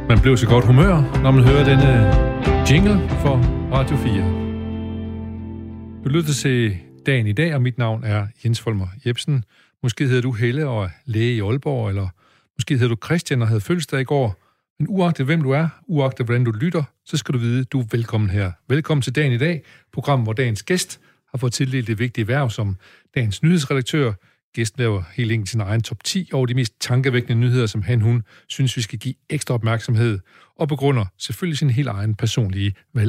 Man blev så godt humør, når man hører denne jingle for Radio 4. Du lytter til Dagen i dag, og mit navn er Jens Folmer Jebsen. Måske hedder du Helle og er læge i Aalborg, eller måske hedder du Christian og havde fødselsdag i går. Men uagtet hvem du er, uagtet hvordan du lytter, så skal du vide, at du er velkommen her. Velkommen til Dagen i dag, program, hvor dagens gæst har fået tildelt det vigtige værv som dagens nyhedsredaktør. Gæsten laver helt enkelt sin egen top 10 over de mest tankevækkende nyheder, som hun synes, vi skal give ekstra opmærksomhed, og begrunder selvfølgelig sin helt egen personlige valg.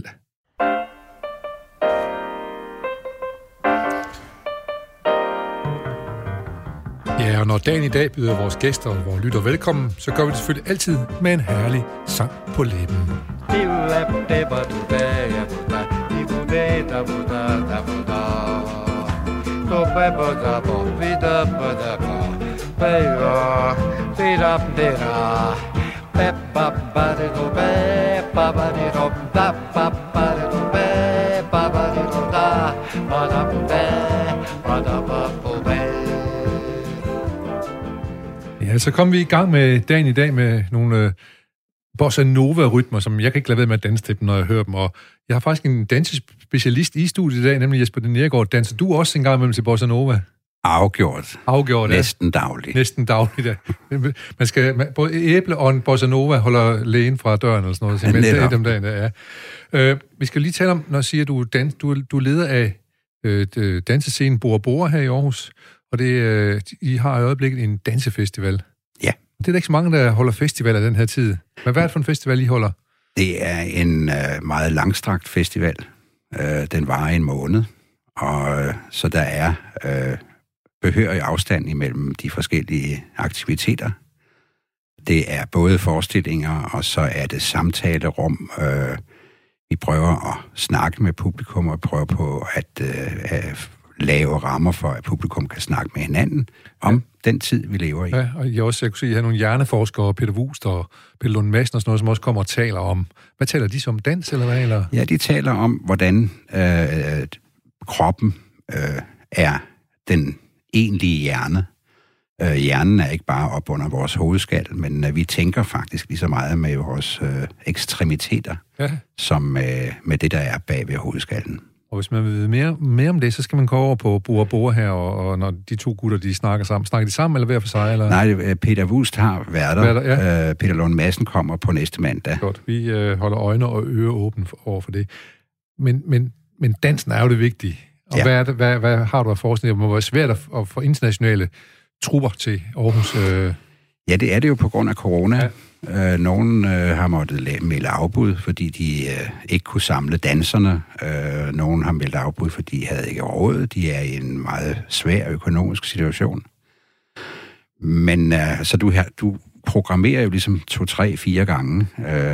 Ja, og når Dagen i dag byder vores gæster og vores lytter velkommen, så gør vi det selvfølgelig altid med en herlig sang på læben. Ja, så kom vi i gang med Dagen i dag med nogle bossa nova-rytmer, som jeg kan ikke lade være med at danse til dem, når jeg hører dem. Og jeg har faktisk en dansespecialist i studiet i dag, nemlig Jesper Den Neergaard. Danser du også en gang imellem til bossa nova? Afgjort, ja. Næsten dagligt, ja. Både æble og en bossa nova holder lægen fra døren eller sådan noget. Så det er dem der, ja. Vi skal lige tale om, når jeg siger, at du er leder af dansescenen Bora Bora her i Aarhus. Og I har i øjeblikket en dansefestival. Ja. Det er da ikke så mange, der holder festivaler den her tid. Men hvad er det for en festival, I holder? Det er en meget langstrakt festival. Den varer en måned. Og så der er behørig afstand imellem de forskellige aktiviteter. Det er både forestillinger, og så er det samtalerum. Vi prøver at snakke med publikum, og prøver på at lave rammer for, at publikum kan snakke med hinanden om den tid, vi lever i. Ja, og jeg kunne se, at I har nogle hjerneforskere, Peter Wust og Peter Lund Madsen og sådan noget, som også kommer og taler om. Hvad taler de så om? Dans, eller hvad? Eller? Ja, de taler om, hvordan kroppen er den egentlige hjerne. Hjernen er ikke bare op under vores hovedskal, men vi tænker faktisk lige så meget med vores ekstremiteter, som med det, der er bag ved hovedskallen. Og hvis man vil vide mere om det, så skal man gå over på Bora Bora her, og når de to gutter, de snakker sammen. Snakker de sammen, eller hver for sig? Eller? Nej, Peter Wust har været der. Ja. Peter Lund Madsen kommer på næste mandag. Godt, vi holder øjne og ører åbne over for det. Men dansen er jo det vigtige. Og hvad har du af forskning? Det må være svært at få internationale trupper til Aarhus. Ja, det er det jo på grund af corona. Ja. Nogen har måttet melde afbud, fordi de ikke kunne samle danserne. Nogen har meldt afbud, fordi de havde ikke råd. De er i en meget svær økonomisk situation. Men så du programmerer jo ligesom 2, 3, 4 gange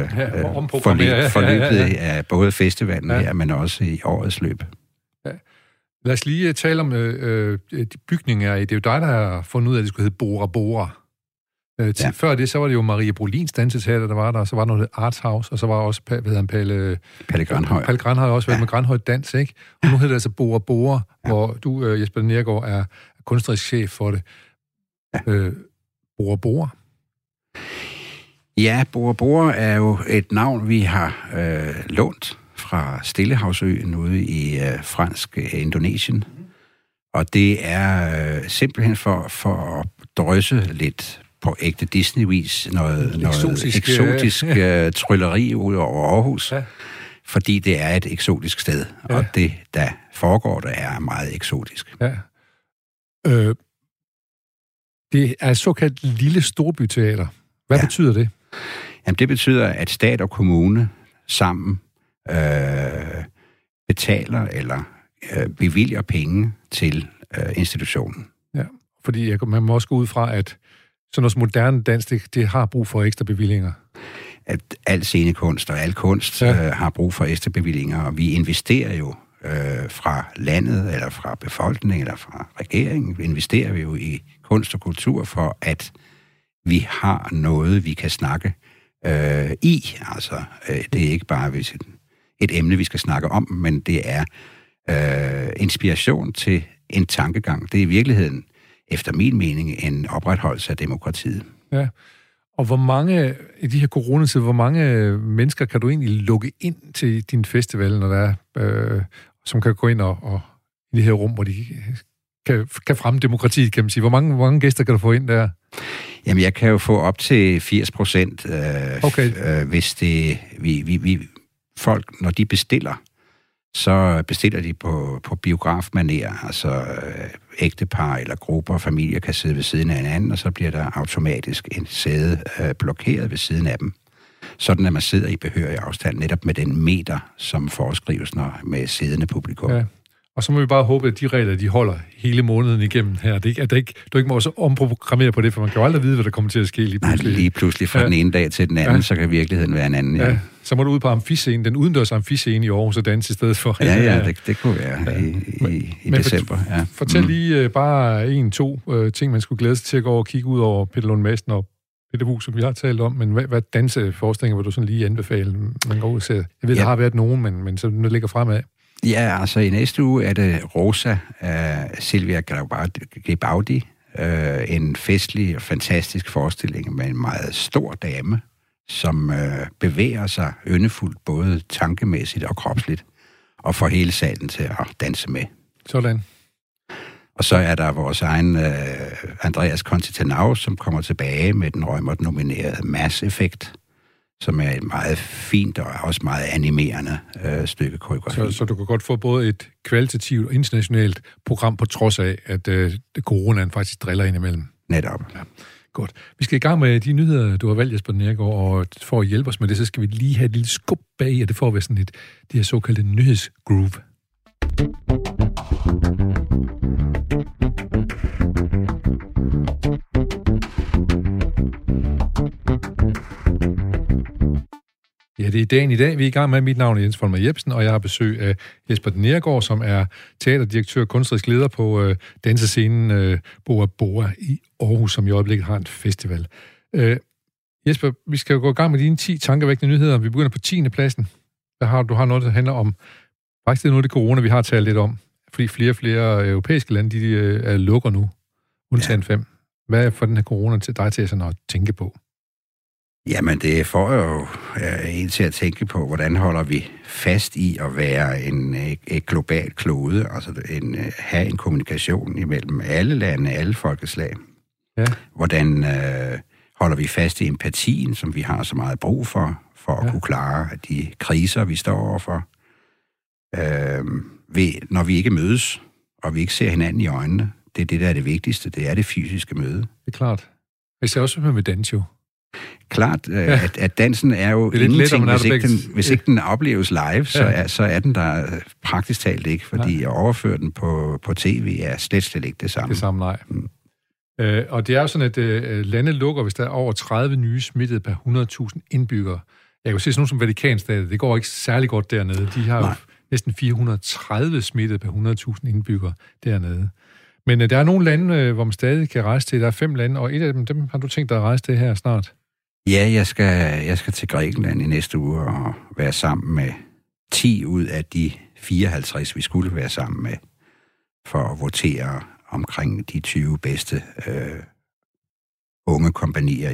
forløbet af både festivalen her, men også i årets løb. Ja. Lad os lige tale om de bygninger. Det er jo dig, der har fundet ud af, at det skulle hedde Bora Bora. Før det, så var det jo Marie Brolins danseteater, der var der, og så var der noget Arts House, og så var også, Palle Granhøj. Palle Granhøj har også været med Granhøj Dans, ikke? Og nu hedder det altså Bora Bora, hvor du, Jesper Den Neergaard, er kunstnerisk chef for det. Bora Bora? Ja, Bora Bora er jo et navn, vi har lånt fra Stillehavsøen ude i fransk Indonesien. Og det er simpelthen for at drøse lidt på ægte Disney-vis noget eksotisk trylleri ud over Aarhus, fordi det er et eksotisk sted, og det, der foregår, der er meget eksotisk. Ja. Det er et såkaldt lille storbyteater. Hvad betyder det? Jamen, det betyder, at stat og kommune sammen betaler eller bevilger penge til institutionen. Ja, fordi man må også gå ud fra, at sådan noget moderne dans, det har brug for ekstra bevillinger. At al scenekunst og al kunst har brug for ekstra bevillinger, og vi investerer jo fra landet, eller fra befolkningen, eller fra regeringen, investerer vi jo i kunst og kultur, for at vi har noget, vi kan snakke i. Altså, det er ikke bare et emne, vi skal snakke om, men det er inspiration til en tankegang. Det er i virkeligheden, efter min mening, en opretholdelse af demokratiet. Ja, Og hvor mange, i de her coronatid, hvor mange mennesker kan du egentlig lukke ind til din festival, når der er, som kan gå ind og i det her rum, hvor de kan fremme demokratiet, kan man sige. Hvor mange gæster kan du få ind der? Jamen, jeg kan jo få op til 80%, okay. Hvis det... Folk, når de bestiller, så bestiller de på biografmanér, altså ægtepar eller grupper og familier kan sidde ved siden af hinanden, og så bliver der automatisk en sæde blokeret ved siden af dem. Sådan at man sidder i behørig afstand, netop med den meter, som foreskrives med siddende publikum. Ja. Og så må vi bare håbe, at de regler, de holder hele måneden igennem her. Du ikke må også omprogrammere på det, for man kan jo aldrig vide, hvad der kommer til at ske lige pludselig. Nej, lige pludselig fra den ene dag til den anden, så kan virkeligheden være en anden. Ja. Så må du ud på amfiscenen, den udendørs amfiscene i Aarhus og danse i stedet for. Ja, det kunne være i december. Fortæl lige bare 1-2 ting, man skulle glæde sig til at gå over og kigge ud over Peter Lund Madsen og Peter Hus, som vi har talt om, men hvad danseforestillinger vil du sådan lige anbefale, man går ud og ser? Jeg ved, der har været nogen, men så det ligger fremad. Ja, altså i næste uge er det Rosa af Silvia Gebaudi. En festlig og fantastisk forestilling med en meget stor dame, som bevæger sig yndefuldt både tankemæssigt og kropsligt, og får hele salen til at danse med. Sådan. Og så er der vores egen Andreas Conti-Tenau, som kommer tilbage med den Reumert-nominerede Mass Effect, som er et meget fint og også meget animerende stykke koreografi. Så du kan godt få både et kvalitativt og internationalt program, på trods af, at coronaen faktisk driller ind imellem. Netop. Ja, godt. Vi skal i gang med de nyheder, du har valgt, Jesper Neergaard, og for at hjælpe os med det, så skal vi lige have et lille skub bag, og det får at være sådan det her såkaldte nyhedsgroove. Ja, det er dagen i dag. Vi er i gang med. Mit navn er Jens Folmer Jebsen, og jeg har besøg af Jesper Neergaard, som er teaterdirektør og kunstnerisk leder på dansescenen Boa Boa i Aarhus, som i øjeblikket har en festival. Jesper, vi skal jo gå i gang med dine 10 tankevækkende nyheder. Vi begynder på 10. pladsen. Du har noget, der handler om, faktisk det er noget af det corona, vi har talt lidt om, fordi flere og flere europæiske lande, de lukker nu, undtagen 5. Hvad er for den her corona til dig til sådan at tænke på? Jamen, det får jo en til at tænke på, hvordan holder vi fast i at være et global klode, altså have en kommunikation imellem alle lande, alle folkeslag. Ja. Hvordan holder vi fast i empatien, som vi har så meget brug for at kunne klare de kriser, vi står overfor. Når vi ikke mødes, og vi ikke ser hinanden i øjnene, det er det, der er det vigtigste, det er det fysiske møde. Det er klart. Jeg ser også med dans jo. Klart, at dansen er jo er ingenting, hvis ikke den opleves live, så er den der praktisk talt ikke, fordi at overføre den på tv er slet ikke det samme. Det samme, nej. Og det er jo sådan, at lande lukker, hvis der er over 30 nye smittede per 100.000 indbyggere. Jeg kan jo se sådan noget som Vatikanstaten, det går ikke særlig godt dernede. De har jo næsten 430 smittede per 100.000 indbyggere dernede. Men der er nogle lande, hvor man stadig kan rejse til. Der er 5 lande, og et af dem har du tænkt dig at rejse til her snart? Ja, jeg skal til Grækenland i næste uge og være sammen med 10 ud af de 54, vi skulle være sammen med, for at votere omkring de 20 bedste unge kompagnier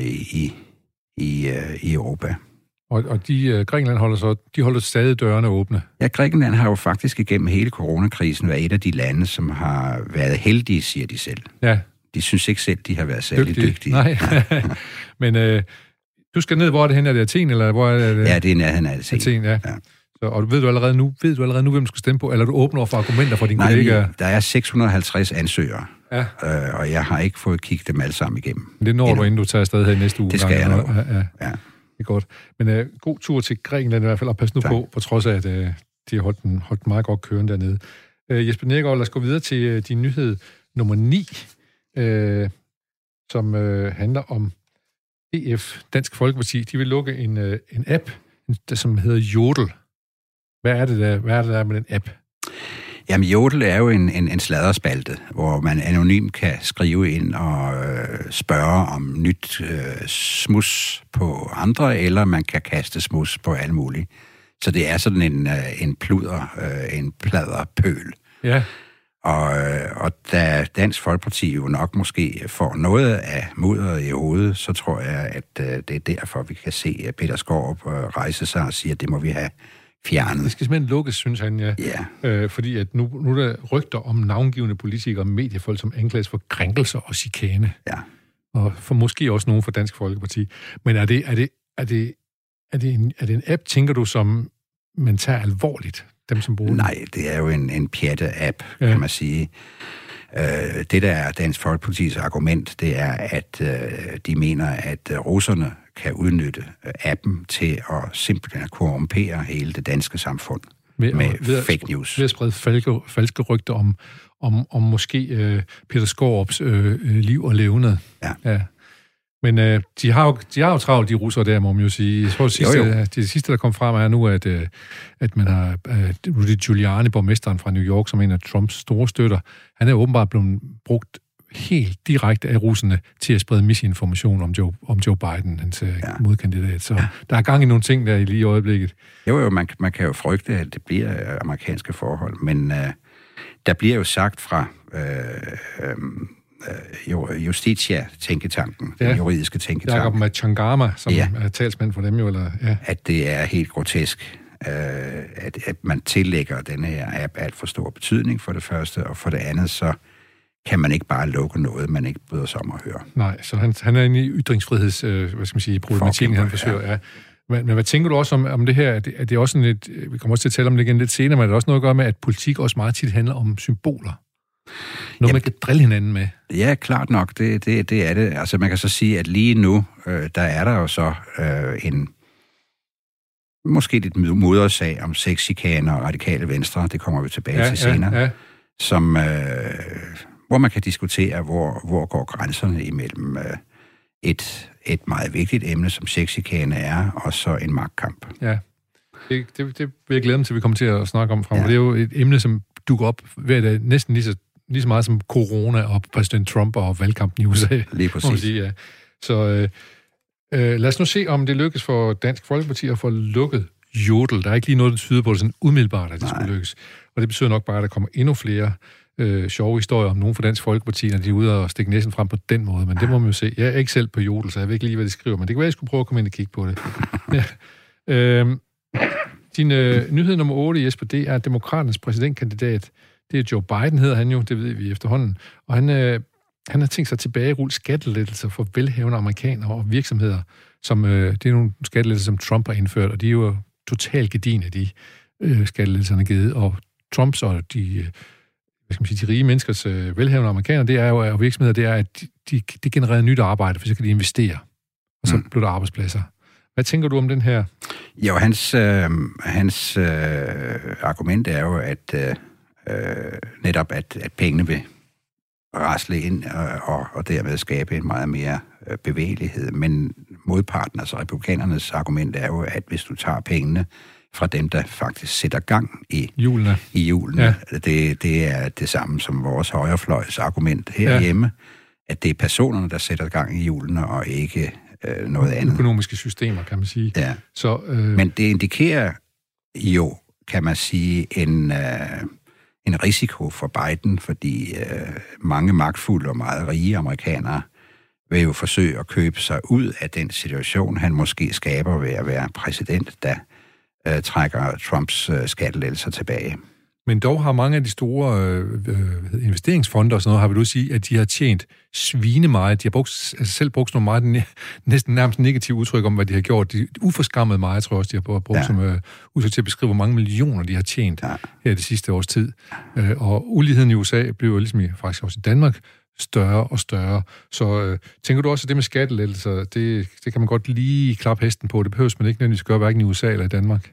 i Europa. Og Grækenland holder stadig dørene åbne? Ja, Grækenland har jo faktisk igennem hele coronakrisen været et af de lande, som har været heldige, siger de selv. Ja. De synes ikke selv, de har været særlig dygtige. Nej, men du skal ned, hvor er det hen? Er det Athen, eller hvor er det? Ja, det er nærheden af Athen. Ja. Så, og ved du allerede nu, hvem du skal stemme på? Eller du åbner for argumenter for dine kollegaer? Nej, der er 650 ansøgere, og jeg har ikke fået kigget dem alle sammen igennem. Det når du, inden du tager afsted her i næste uge. Det skal jeg nå. Ja. Det er godt. Men god tur til Grækenland i hvert fald, og pas nu på trods af, at de har holdt meget godt kørende dernede. Jesper Neergaard, lad os gå videre til din nyhed nummer 9, som handler om DF, Dansk Folkeparti. De vil lukke en app, som hedder Jodel. Hvad er det der med den app? Jamen, Jodel er jo en sladderspalte, hvor man anonymt kan skrive ind og spørge om nyt smus på andre, eller man kan kaste smus på alle mulige. Så det er sådan en pladerpøl. Ja. Og da Dansk Folkeparti jo nok måske får noget af mudderet i hovedet, så tror jeg, at det er derfor, vi kan se Peter Skaarup rejse sig og sige, at det må vi have fjernet. Det skal simpelthen lukkes, synes han, ja. Fordi at nu er der rygter om navngivende politikere og mediefolk, som anklages for krænkelser og chikane. Ja. Og for måske også nogen fra Dansk Folkeparti. Men er det en app, tænker du, som man tager alvorligt? Dem, som bruger Nej, det er jo en pjatte-app, kan man sige. Det, der er Dansk Folkepartis argument, det er, at de mener, at russerne kan udnytte appen til at simpelthen korrumpere hele det danske samfund med fake news. Ved at sprede falske rygter om måske Peter Skaarups liv og levned. Ja. Men de har jo travlt, de russere der, må man jo sige. Jeg tror, det sidste, der kom frem, er nu, at man har Rudy Giuliani, borgmesteren fra New York, som er en af Trumps store støtter, han er åbenbart blevet brugt helt direkte af russerne til at sprede misinformation om Joe Biden, hans modkandidat. Så der er gang i nogle ting der i lige øjeblikket. Jo, man kan jo frygte, at det bliver amerikanske forhold, men der bliver jo sagt fra Justitia-tænketanken, den juridiske tænketank. Jakob Machangama, som er talsmand for dem jo, eller... Ja. At det er helt grotesk, at man tillægger denne her app alt for stor betydning for det første, og for det andet, så kan man ikke bare lukke noget, man ikke bryder sig om at høre. Nej, så han er inde i ytringsfriheds, problematikken, han forsøger. Ja. Men hvad tænker du også om det her? Er det også sådan lidt, vi kommer også til at tale om det igen lidt senere, men er det også noget at gøre med, at politik også meget tit handler om symboler? Noget, man kan drille hinanden med. Ja, klart nok. Det er det. Altså, man kan så sige, at lige nu, der er der jo så måske lidt modersag om sexchikaner og radikale venstre. Det kommer vi tilbage til senere. Ja. Som, hvor man kan diskutere, hvor går grænserne imellem et meget vigtigt emne, som sexchikane er, og så en magtkamp. Ja, det vil jeg glæde mig til, at vi kommer til at snakke om frem. Ja. Det er jo et emne, som dukker op hver dag, næsten lige så meget som corona og præsident Trump og valgkampen i USA. Lige præcis. Sige, ja. Så lad os nu se, om det lykkes for Dansk Folkeparti at få lukket Jodel. Der er ikke lige noget, der tyder på det sådan umiddelbart, at det skulle lykkes. Og det betyder nok bare, at der kommer endnu flere sjove historier om nogen fra Dansk Folkeparti, når de er ude og stikke næsen frem på den måde. Men det må man jo se. Jeg er ikke selv på Jodel, så jeg ved ikke lige, hvad de skriver, men det kan være, at jeg skulle prøve at komme ind og kigge på det. Ja. Din nyhed nummer 8, Jesper, det er demokraternes præsidentkandidat. Det er Joe Biden, hedder han jo, det ved vi efterhånden. Og han har tænkt sig tilbage rulle skattelettelser for velhavende amerikanere og virksomheder, som det er nogle skattelettelser, som Trump har indført, og de er jo totalt gedigne, de skattelettelserne givet. Og Trumps og de rige menneskers velhavende amerikanere, det er jo, og virksomheder, det er, at de genererer nyt arbejde, for så kan de investere. Og så bliver der arbejdspladser. Hvad tænker du om den her? Jo, hans argument er jo, at netop at pengene vil rasle ind og dermed skabe en meget mere bevægelighed. Men modparten, altså republikanernes argument er jo, at hvis du tager pengene fra dem, der faktisk sætter gang i hjulene, det er det samme som vores højrefløjs argument herhjemme, at det er personerne, der sætter gang i hjulene, og ikke noget andet. Økonomiske systemer, kan man sige. Ja. Men det indikerer jo, kan man sige, en risiko for Biden, fordi mange magtfulde og meget rige amerikanere vil jo forsøge at købe sig ud af den situation, han måske skaber ved at være præsident, der trækker Trumps skattelettelser tilbage. Men dog har mange af de store investeringsfonder og sådan noget, har vi du sige, at de har tjent svine meget. De har selv brugt nogle meget næsten nærmest negative udtryk om, hvad de har gjort. De uforskammede meget, tror jeg også, de har brugt som udtryk til at beskrive, hvor mange millioner de har tjent her det sidste års tid. Og uligheden i USA blev jo ligesom faktisk også i Danmark større og større. Så tænker du også, at det med skattelettelser, det kan man godt lige klappe hesten på. Det behøves man ikke nødvendigvis gøre, hverken i USA eller i Danmark.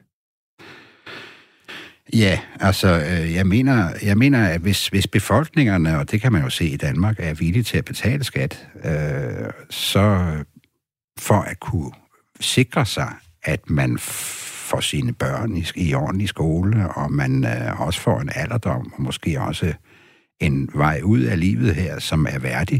Ja, altså, jeg mener, at hvis befolkningerne, og det kan man jo se i Danmark, er villige til at betale skat, så for at kunne sikre sig, at man får sine børn i ordentlig skole, og man også får en alderdom, og måske også en vej ud af livet her, som er værdig,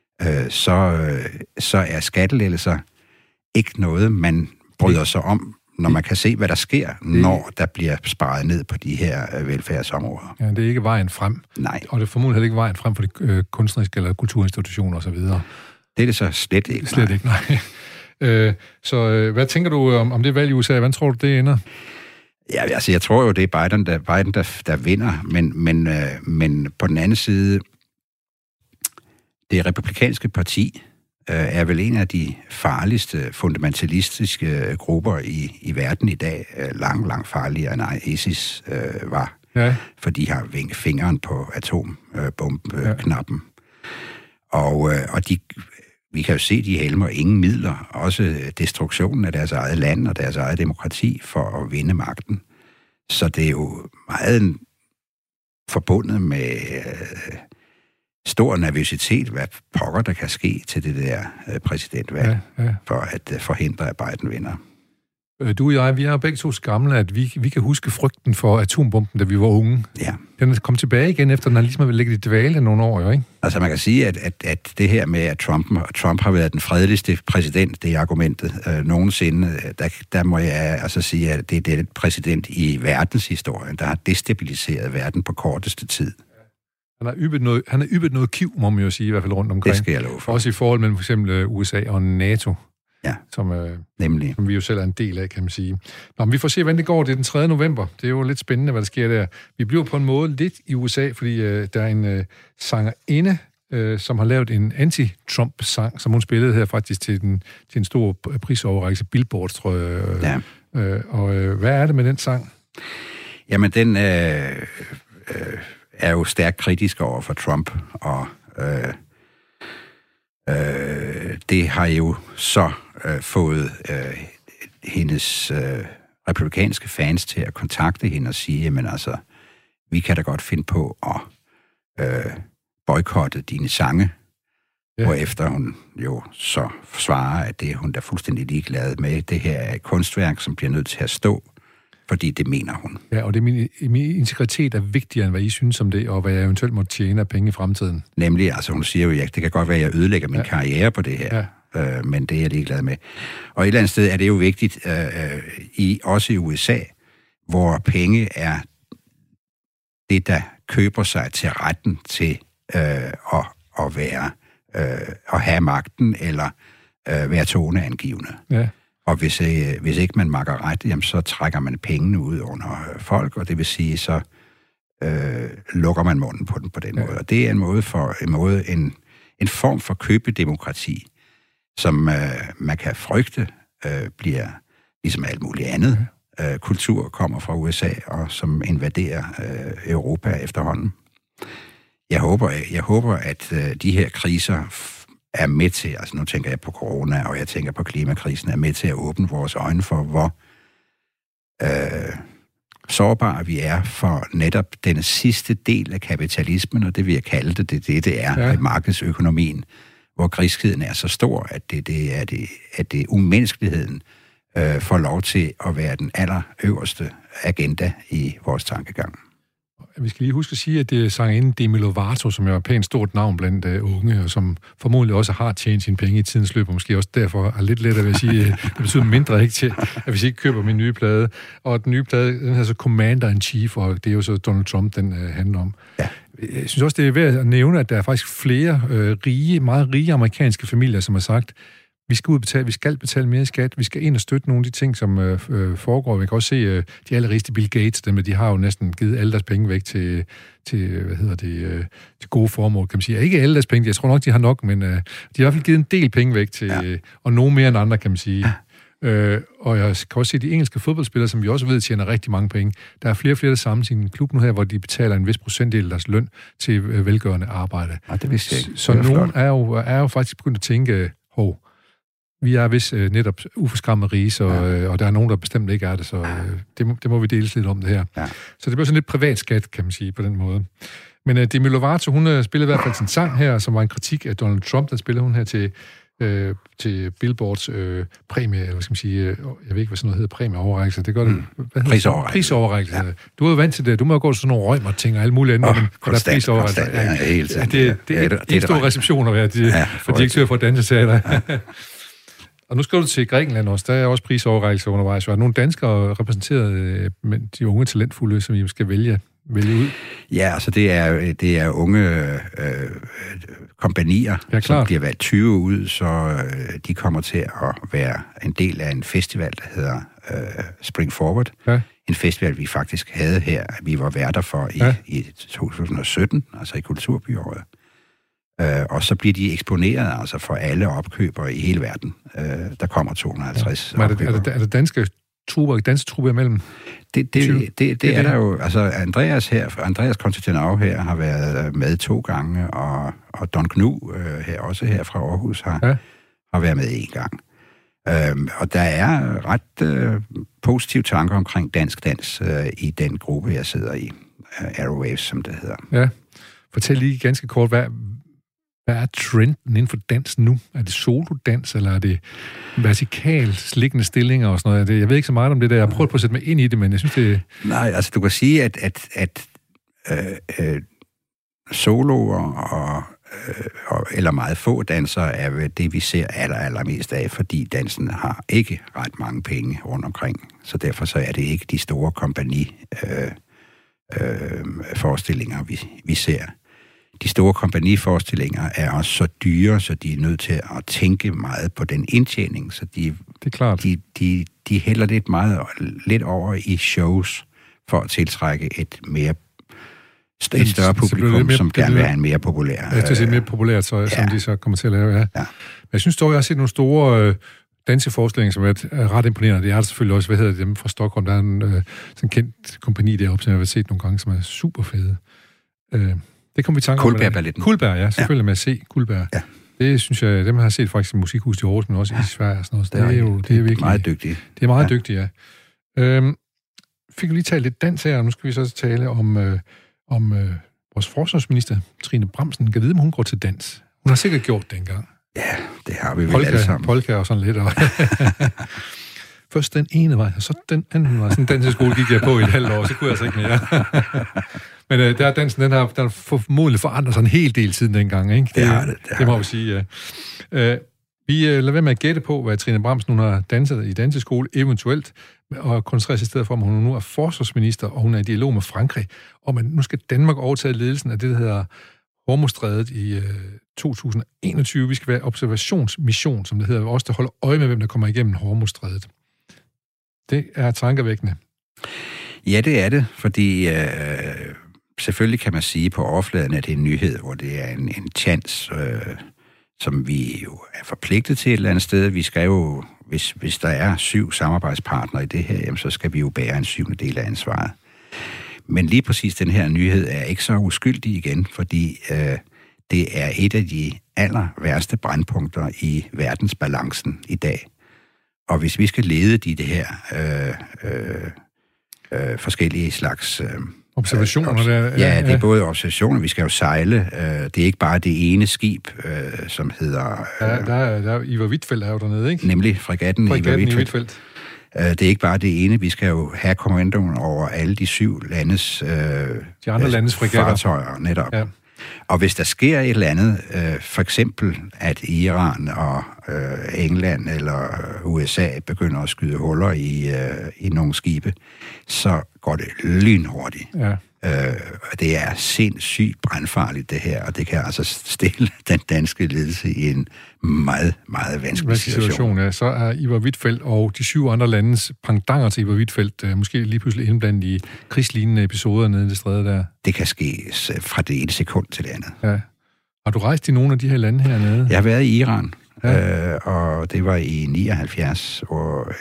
så er skattelettelser ikke noget, man bryder sig om, når man kan se, hvad der sker, når der bliver sparet ned på de her velfærdsområder. Ja, det er ikke vejen frem. Nej. Og det er formodentlig heller ikke vejen frem for de kunstneriske eller kulturinstitutioner osv. Det er det så slet ikke. Slet ikke, nej. Så hvad tænker du om det valg i USA? Hvordan tror du, det ender? Ja, altså, jeg tror jo, det er Biden, der vinder, men på den anden side, det republikanske parti er vel en af de farligste fundamentalistiske grupper i verden i dag. Langt farligere end ISIS var. Ja. For de har vinket fingeren på atombombe-knappen. Og vi kan jo se, de helmer ingen midler, også destruktionen af deres eget land og deres eget demokrati for at vinde magten. Så det er jo meget forbundet med stor nervøsitet, hvad pokker der kan ske til det der præsidentvalg, for at forhindre, at Biden vinder. Du og jeg, vi er jo begge to så gamle, at vi kan huske frygten for atombomben, da vi var unge. Ja. Den er kommet tilbage igen, efter den har ligesom ligget i dvale nogle år, jo, ikke? Altså man kan sige, at det her med, at Trump har været den fredeligste præsident, det er argumentet nogensinde, der må jeg altså sige, at det er den præsident i verdenshistorien, der har destabiliseret verden på korteste tid. Han har yppet noget kiv, må man jo sige, i hvert fald rundt omkring. Det skal jeg love for. Også i forhold mellem for eksempel USA og NATO. Ja, som vi jo selv er en del af, kan man sige. Nå, men vi får se, hvordan det går. Det er den 3. november. Det er jo lidt spændende, hvad der sker der. Vi bliver på en måde lidt i USA, fordi der er en sangerinde, som har lavet en anti-Trump-sang, som hun spillede her faktisk til en stor prisoverrækkelse, Billboard, tror jeg. Ja. Og hvad er det med den sang? Jamen, den er jo stærkt kritisk over for Trump, og det har jo så fået hendes republikanske fans til at kontakte hende og sige, jamen altså, vi kan da godt finde på at boykotte dine sange, hvorefter hun jo så svarer, at det er hun da fuldstændig ligeglad med. Det her er et kunstværk, som bliver nødt til at stå, fordi det mener hun. Ja, og det min integritet er vigtigere, end hvad I synes om det, og hvad jeg eventuelt må tjene af penge i fremtiden. Nemlig, altså hun siger jo, ja, det kan godt være, at jeg ødelægger min karriere på det her, men det er jeg ligeglad med. Og et eller andet sted er det jo vigtigt, også i USA, hvor penge er det, der køber sig til retten til at være, at have magten, eller være toneangivende. Ja. Og hvis ikke man makker ret, jamen, så trækker man pengene ud under folk, og det vil sige, så lukker man munden på den på den måde. Og det er en form for købedemokrati, som man kan frygte bliver ligesom alt muligt andet. Kultur kommer fra USA, og som invaderer Europa efterhånden. Jeg håber, at de her kriser er med til, altså nu tænker jeg på corona, og jeg tænker på klimakrisen, er med til at åbne vores øjne for, hvor sårbare vi er for netop den sidste del af kapitalismen, og det vil jeg kalde det er markedsøkonomien, hvor griskheden er så stor, at det umenneskeligheden får lov til at være den allerøverste agenda i vores tankegang. Vi skal lige huske at sige, at det er sangerinden Demi Lovato, som er et pænt stort navn blandt unge, og som formodentlig også har tjent sine penge i tidens løb, og måske også derfor er lidt lettere ved at sige, det betyder mindre ikke til, at hvis I ikke køber min nye plade. Og den nye plade, den hedder så Commander-in-Chief, og det er jo så Donald Trump, den handler om. Ja. Jeg synes også, det er værd at nævne, at der er faktisk flere meget rige amerikanske familier, som har sagt, vi skal betale mere skat, vi skal ind og støtte nogle af de ting, som foregår. Vi kan også se, de allerrigeste Bill Gates, de har jo næsten givet alle deres penge væk til gode formål, kan man sige. Ikke alle deres penge, jeg tror nok, de har nok, men de har i hvert fald givet en del penge væk til, og nogle mere end andre, kan man sige. Og jeg kan også se, de engelske fodboldspillere, som vi også ved, tjener rigtig mange penge. Der er flere og flere, der samles i en klub nu her, hvor de betaler en vis procentdel af deres løn til velgørende arbejde. Det vidste jeg ikke. Så nogen er jo faktisk begyndt at tænke, vi er vist netop uforskræmmet rige, og der er nogen, der bestemt ikke er det, så det må vi dele lidt om det her. Ja. Så det bliver sådan lidt privat skat, kan man sige, på den måde. Men Demi Lovato, hun spillede i hvert fald sin sang her, som var en kritik af Donald Trump. Den spillede hun her til Billboards præmie, eller hvad skal man sige, jeg ved ikke, hvad sådan noget hedder, præmieoverrækkelse. Det gør det. Prisoverrækkelse. Ja. Du er jo vant til det. Du må jo gå til sådan nogle røgmer-ting og alle mulige andre, men der er prisoverrækkelse. Det er en stor reception at være for direktør for Danseteater. Og nu skal du til Grækenland også. Der er også prisoverrækkelse undervejs. Er der nogle danskere repræsenteret med de unge talentfulde, som I skal vælge ud? Ja, altså det er unge kompagnier, som bliver valgt 20 ud, så de kommer til at være en del af en festival, der hedder Spring Forward. Ja. En festival, vi faktisk havde her, vi var værter for i 2017, altså i Kulturbyåret. Og så bliver de eksponeret altså for alle opkøbere i hele verden. Der kommer 250 opkøbere. Er det danske trupper imellem? Det er der jo. Altså Andreas Constantinov her har været med 2 gange, og Don Knu her fra Aarhus har været med 1 gang. Og der er ret positive tanker omkring dansk dans i den gruppe, jeg sidder i. Aerowaves, som det hedder. Ja. Fortæl lige ganske kort, hvad er trenden inden for dans nu? Er det solodans, eller er det vertikal slikkende stillinger og sådan noget? Jeg ved ikke så meget om det der. Jeg har prøvet på at sætte mig ind i det, men jeg synes, det... Nej, altså du kan sige, at soloer eller meget få dansere er det, vi ser allermest af, fordi dansen har ikke ret mange penge rundt omkring. Så derfor så er det ikke de store kompagniforestillinger, vi ser. De store kompagniforestillinger er også så dyre, så de er nødt til at tænke meget på den indtjening, så det er klart. De hælder lidt over i shows for at tiltrække et større publikum, som gerne vil have en mere populær... Jeg skal sige mere populært, som de så kommer til at lave, ja. Men jeg synes dog, jeg har set nogle store danseforestillinger, som er ret imponerende. Det er selvfølgelig også, dem fra Stockholm. Der er en sådan kendt kompagni deroppe, som jeg har set nogle gange, som er super fede. Det kommer vi tanke om. Kuldberg-balletten. Kuldberg, ja. Selvfølgelig med at se Kuldberg. Ja. Det synes jeg, dem har jeg set faktisk i Musikhus i Aarhus, men også i Sverige og sådan noget. Det er virkelig meget dygtigt. Det er meget dygtigt, ja. Fik vi lige talt lidt dans her, og nu skal vi så tale om vores forsvarsminister, Trine Bramsen. Kan vide, om hun går til dans. Hun har sikkert gjort det engang. Ja, det har vi vel alle sammen. Polka og sådan lidt. Og først den ene vej, og så den anden vej. Sådan en danseskole gik jeg på i et halvt år, så kunne jeg altså ikke mere. Men der dansen, den har formodentlig forandret sig en hel del siden dengang, ikke? Det må vi sige, ja. Vi lader være med at gætte på, hvad Trine Bramsen hun har danset i danseskole, eventuelt, og koncentrerer sig i stedet for, om hun nu er forsvarsminister, og hun er i dialog med Frankrig, om at nu skal Danmark overtage ledelsen af det, der hedder Hormuzstrædet i 2021. Vi skal være observationsmission, som det hedder, også der holder øje med, hvem der kommer igennem Hormuzstrædet. Det er tankevækkende. Ja, det er det, fordi selvfølgelig kan man sige på overfladen, at det er en nyhed, hvor det er en chance, som vi jo er forpligtet til et eller andet sted. Vi skal jo, hvis der er 7 samarbejdspartnere i det her, jamen, så skal vi jo bære en 7/7 af ansvaret. Men lige præcis den her nyhed er ikke så uskyldig igen, fordi det er et af de aller værste brandpunkter i verdensbalancen i dag. Og hvis vi skal lede de her forskellige slags... observationer der? Ja, det er både observationer, vi skal jo sejle. Det er ikke bare det ene skib, som hedder... Der er Ivar Huitfeldt er jo dernede, ikke? Nemlig fregatten Ivar Huitfeldt. Det er ikke bare det ene, vi skal jo have kommandoen over alle de 7 landes... de andre landes fregatter. Fartøjer, netop. Ja. Og hvis der sker et eller andet, for eksempel at Iran og England eller USA begynder at skyde huller i nogle skibe, så går det lynhurtigt. Ja. Det er sindssygt brandfarligt, det her, og det kan altså stille den danske ledelse i en meget, meget vanskelig situation. Ja. Så er Ivar Huitfeldt og de 7 andre landes pendant til Ivar Huitfeldt måske lige pludselig indblandet i krigslignende episoder nede i det stræde der. Det kan ske fra det ene sekund til det andet. Ja. Har du rejst i nogle af de her lande hernede? Jeg har været i Iran, og det var i 79 år,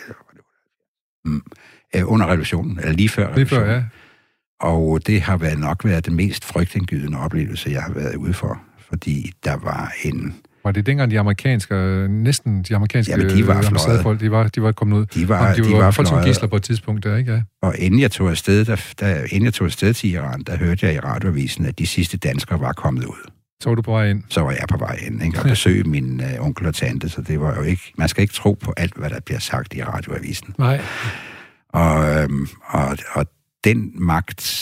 under revolutionen, eller lige før revolutionen. Lige før, ja. Og det har nok været den mest frygtindgydende oplevelse, jeg har været ude for. Fordi der var en... Var det dengang de amerikanske ambassadefolk, de var kommet ud? De var folk som gidsler på et tidspunkt der, ikke? Ja. Og inden jeg tog afsted til Iran, der hørte jeg i radioavisen, at de sidste danskere var kommet ud. Så var du på vej ind? Så var jeg på vej ind, ikke? Og besøgte min onkel og tante, så det var jo ikke... Man skal ikke tro på alt, hvad der bliver sagt i radioavisen. Nej. Og den magt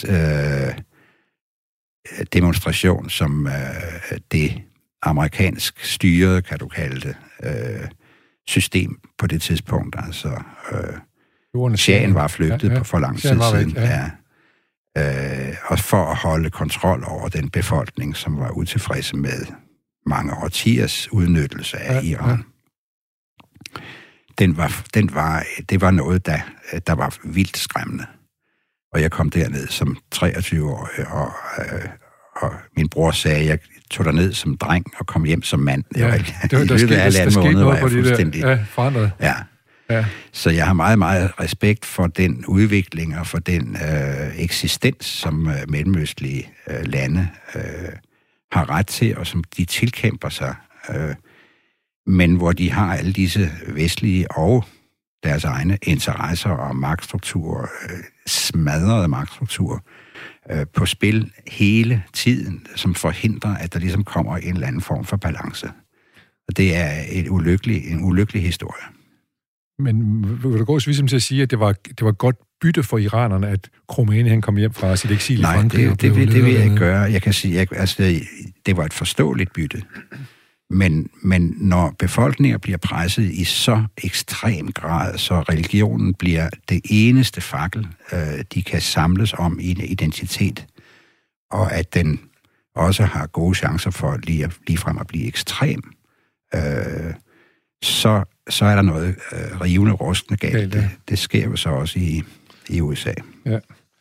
demonstration, som det amerikansk styrede, kan du kalde det, system på det tidspunkt. Altså, shahen var flygtet for lang tid siden. Og for at holde kontrol over den befolkning, som var utilfredse med mange årtiers udnyttelse af Iran. Det var noget, der var vildt skræmmende. Og jeg kom derned som 23-årig, og min bror sagde, at jeg tog derned som dreng og kom hjem som mand. I løbet af halvanden måned var jeg fuldstændig forandret. Ja. Så jeg har meget, meget respekt for den udvikling og for den eksistens, som mellemøstlige lande har ret til, og som de tilkæmper sig. Men hvor de har alle disse vestlige og deres egne interesser og magtstrukturer, smadrede magtstrukturer, på spil hele tiden, som forhindrer, at der ligesom kommer en eller anden form for balance. Og det er en ulykkelig historie. Men vil du gå så vidt til at sige, at det var godt bytte for iranerne, at Khomeini han kom hjem fra sit eksil i Frankrig? Nej, det vil jeg ikke gøre. Jeg kan sige, det var et forståeligt bytte. Men når befolkninger bliver presset i så ekstrem grad, så religionen bliver det eneste fakkel, de kan samles om i en identitet, og at den også har gode chancer for ligefrem at blive ekstrem, så er der noget rivende rustende galt. Ja. Det sker jo så også i USA. Ja.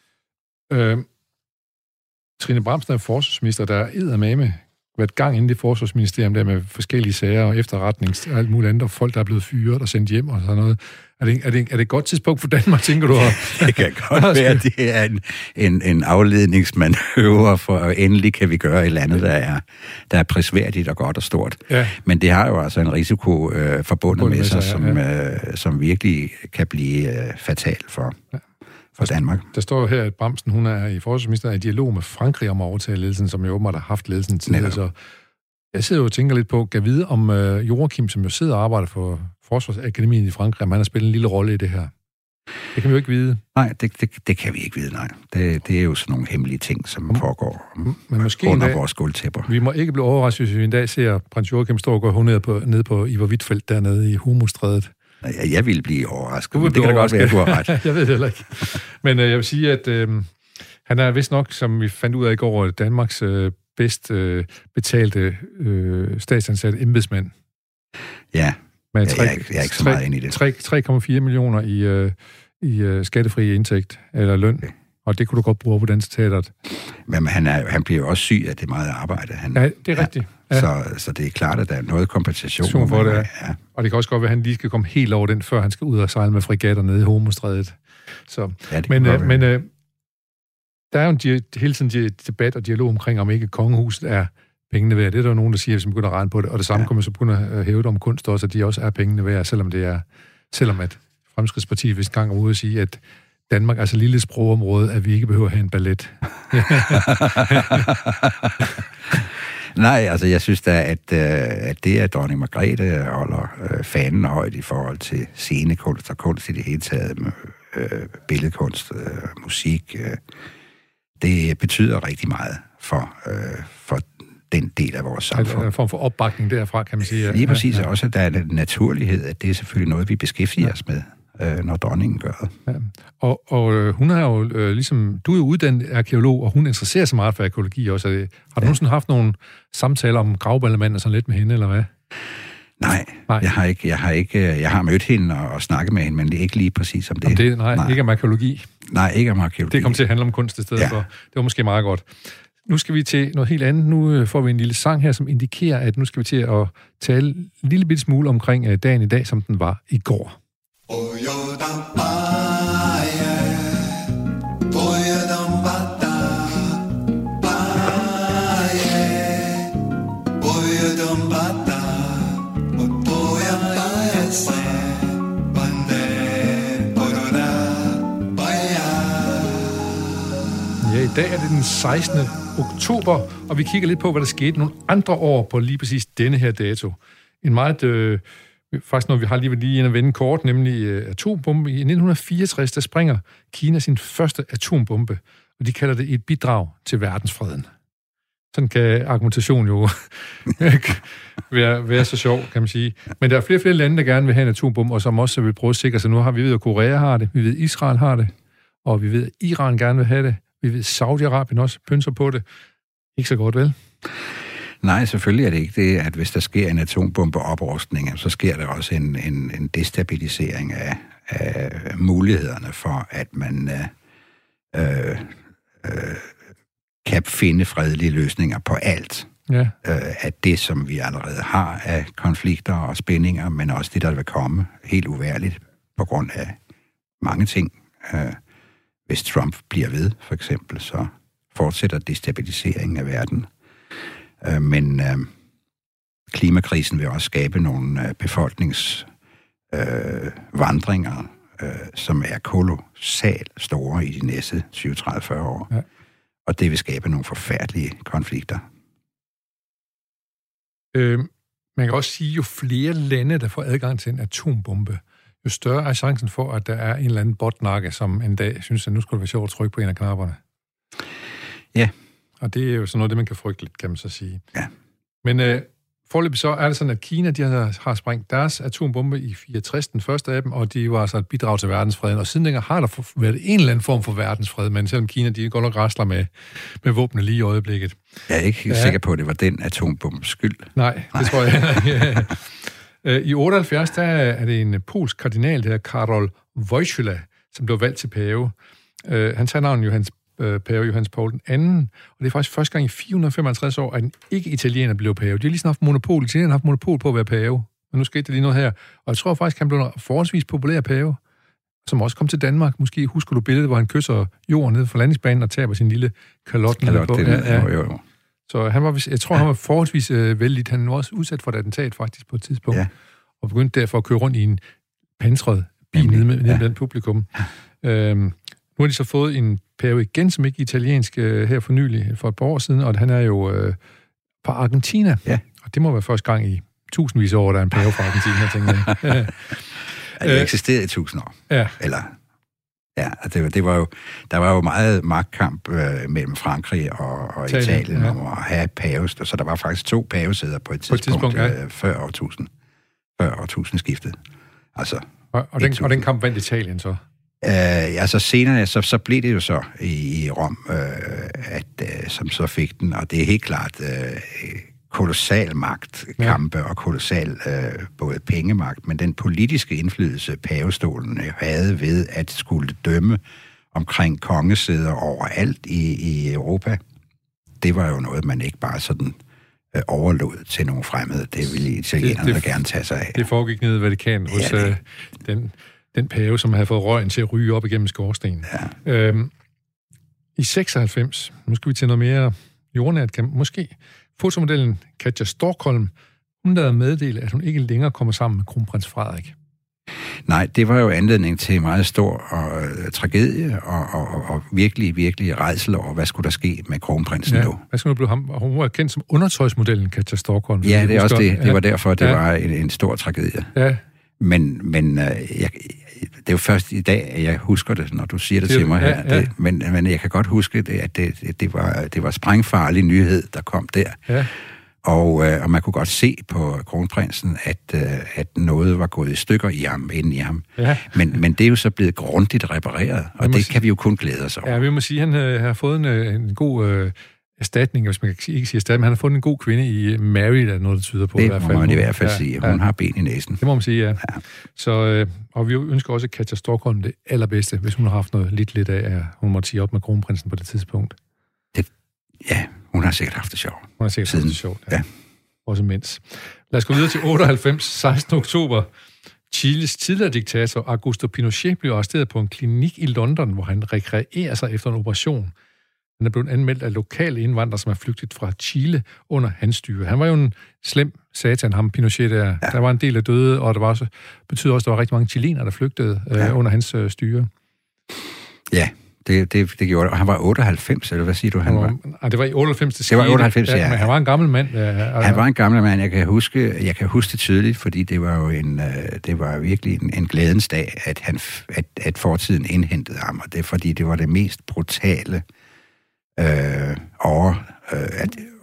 Trine Bramsen er forsvarsminister, der er eddermame været gang inde i forsvarsministerium der med forskellige sager og efterretnings og alt muligt andet, og folk, der er blevet fyret og sendt hjem og sådan noget. Er det et godt tidspunkt for Danmark, tænker du? Det kan godt være, at det er en afledningsmanøvre, for endelig kan vi gøre et eller andet, der er prisværdigt og godt og stort. Ja. Men det har jo altså en risiko forbundet med sig, som virkelig kan blive fatal for Danmark. Der står jo her, at Bramsen, hun er i forsvarsministeriet i dialog med Frankrig om at overtage ledelsen, som jo åbenbart har haft ledelsen tidligere. Så jeg sidder jo og tænker lidt på, kan vide om Joachim, som jo sidder og arbejder for Forsvarsakademiet i Frankrig, om han har spillet en lille rolle i det her. Det kan vi jo ikke vide. Nej, det kan vi ikke vide, nej. Det er jo sådan nogle hemmelige ting, som foregår under vores gulvtæpper. Vi må ikke blive overrasket, hvis vi en dag ser prins Joachim stå og gå ned på Ivar Huitfeldt dernede i Hormuzstrædet. Jeg vil blive overrasket, men det kan da godt være, at du har ret. Jeg ved det heller ikke. Men jeg vil sige, at han er vist nok, som vi fandt ud af i går, Danmarks bedst betalte statsansatte embedsmand. Ja, jeg er ikke så meget inde i det. 3,4 millioner i skattefri indtægt eller løn. Okay. Og det kunne du godt bruge på den teateret. Men han bliver jo også syg af det meget arbejde. Ja, det er rigtigt. Ja. Så det er klart, at der er noget kompensation for det. Ja. Og det kan også godt være, at han lige skal komme helt over den, før han skal ud og sejle med fregatter nede i Hormuzstrædet. Så. Ja, men der er jo hele tiden debat og dialog omkring, om ikke kongehuset er pengene værd. Det er der jo nogen, der siger, hvis man begynder at regne på det. Og det samme kommer så begynde at hæve det om kunst også, at de også er pengene værd, selvom at Fremskridtspartiet vist gang om ude at sige, at Danmark er så lille sprogområde, at vi ikke behøver at have en ballet. Nej, altså jeg synes da, at det, at dronning Margrethe holder fanen højt i forhold til scenekunst og kunst i det hele taget, billedkunst, musik, det betyder rigtig meget for den del af vores samfund. En form for opbakning derfra, kan man sige. Lige præcis, også at der er en naturlighed, at det er selvfølgelig noget, vi beskæftiger os med, når dronningen gør det. Ja. Og hun er jo ligesom, du er jo uddannet arkeolog, og hun interesserer sig meget for arkeologi også. Har du nogensinde haft nogle samtaler om Grauballemanden og sådan lidt med hende, eller hvad? Nej. Jeg har mødt hende og snakket med hende, men det er ikke lige præcis om det. Nej, ikke om arkeologi. Nej, ikke om arkeologi. Det kommer til at handle om kunst i stedet for. Det var måske meget godt. Nu skal vi til noget helt andet. Nu får vi en lille sang her, som indikerer, at nu skal vi til at tale en lille bitte smule omkring dagen i dag, som den var i går. Ja, i dag er det den 16. oktober, og vi kigger lidt på, hvad der skete nogle andre år på lige præcis denne her dato. En meget... Faktisk noget, vi har lige inde at vende kort, nemlig atombombe. I 1964, der springer Kina sin første atombombe, og de kalder det et bidrag til verdensfreden. Sådan kan argumentation jo være så sjov, kan man sige. Men der er flere lande, der gerne vil have en atombombe, og som også vil prøve at sikre sig. Nu har vi ved, at Korea har det, vi ved, at Israel har det, og vi ved, at Iran gerne vil have det. Vi ved, at Saudi-Arabien også pynser på det. Ikke så godt, vel? Nej, selvfølgelig er det ikke det, at hvis der sker en atombombeoprustning, så sker der også en destabilisering af mulighederne for, at man kan finde fredelige løsninger på alt. Ja. At det, som vi allerede har af konflikter og spændinger, men også det, der vil komme helt uværligt på grund af mange ting. Hvis Trump bliver ved, for eksempel, så fortsætter destabiliseringen af verden. Men klimakrisen vil også skabe nogle befolkningsvandringer, som er kolossalt store i de næste 20, 30, 40 år. Ja. Og det vil skabe nogle forfærdelige konflikter. Man kan også sige, jo flere lande, der får adgang til en atombombe, jo større er chancen for, at der er en eller anden botnakke, som en dag synes, at nu skulle det være sjovt at trykke på en af knapperne. Ja. Og det er jo sådan noget, det man kan frygte lidt, kan man så sige. Ja. Men foreløbig så er det sådan, at Kina, de har sprængt deres atombombe i 64, den første af dem, og de var altså et bidrag til verdensfreden. Og siden dengang har der været en eller anden form for verdensfred, men selvom Kina, de går nok rasler med våbne lige i øjeblikket. Jeg er ikke sikker på, at det var den atombombes skyld. Nej, det tror jeg ikke. I 78, der er det en polsk kardinal, der hedder Karol Wojtyła, som blev valgt til pave. Han tager navnet Johannes pave Johannes Paul II, og det er faktisk første gang i 455 år, at en ikke-italiener blev pave. De har lige sådan haft monopol. Italienerne har haft monopol på at være pave, men nu skete der lige noget her. Og jeg tror faktisk, han blev en forholdsvis populær pave, som også kom til Danmark. Måske husker du billedet, hvor han kysser jorden ned fra landingsbanen og taber sin lille kalot ned på. Jo. Så han var, jeg tror, han var forholdsvis vældig. Han var også udsat for et attentat faktisk på et tidspunkt, og begyndte derfor at køre rundt i en pansret bil nede blandt publikum. Nu har de så fået en pave igen, som ikke er italiensk, her for nylig, for et par år siden, og han er jo fra Argentina. Ja. Og det må være første gang i tusindvis af år, der er en pave fra Argentina, tænker jeg. Det eksisterede i 1000 år. Ja. Eller, det var jo, der var jo meget magtkamp mellem Frankrig og Italien om at have pave, så der var faktisk 2 pavesæder på et tidspunkt før årtusindskiftet. Altså, og den kamp vandt Italien så? Altså senere, så blev det jo så i Rom, som så fik den, og det er helt klart kolossal magtkampe og kolossal både pengemagt, men den politiske indflydelse, pavestolen havde ved at skulle dømme omkring kongesæder overalt i Europa, det var jo noget, man ikke bare sådan overlod til nogle fremmede. Det ville italienerne gerne tage sig af. Det foregik nede i Vatikanet hos den pave, som havde fået røgen til at ryge op igennem skorstenen. Ja. I 96, nu skal vi til noget mere jordnært, måske, fotomodellen Katja Storkholm, hun lavede meddele, at hun ikke længere kommer sammen med kronprins Frederik. Nej, det var jo anledning til en meget stor tragedie og virkelig, virkelig rædsel over, hvad skulle der ske med kronprinsen nu. Hvad skulle der blive ham? Hun var kendt som undertøjsmodellen Katja Storkholm. Ja, det er også det. Det var derfor, det var en stor tragedie. Ja. Men det er jo først i dag, at jeg husker det, når du siger det til mig her. Ja. Men jeg kan godt huske, at det var sprængfarlig nyhed, der kom der. Ja. Og man kunne godt se på kronprinsen, at noget var gået i stykker inde i ham. Ja. Men det er jo så blevet grundigt repareret, og det kan vi jo kun glæde os over. Ja, vi må sige, at han har fået en god erstatning, hvis man ikke siger erstatning, men han har fundet en god kvinde i Mary, der er noget, der tyder på. Det i hvert fald. Må man i hvert fald sige. Hun har ben i næsen. Det må man sige, ja. Så, og vi ønsker også Katja Storkholm det allerbedste, hvis hun har haft noget lidt af, at hun måtte sige op med kronprinsen på det tidspunkt. Hun har sikkert haft det sjovt. Hun har sikkert haft det sjovt, ja. Også mens. Lad os gå videre til 98, 16. oktober. Chiles tidligere diktator Augusto Pinochet blev arresteret på en klinik i London, hvor han rekreerer sig efter en operation. Han er blevet anmeldt af lokale indvandrere, som er flygtet fra Chile under hans styre. Han var jo en slem satan, ham Pinochet der. Ja. Der var en del af døde, og det betyder også, at der var rigtig mange chilenere, der flygtede under hans styre. Ja. Det gjorde det. Og han var 98, eller hvad siger du, han var? Det var i 98, det var 98, ja. Men han var en gammel mand. Han var en gammel mand. Jeg kan huske det tydeligt, fordi det var jo det var virkelig en glædens dag, at fortiden indhentede ham. Og det er fordi, det var det mest brutale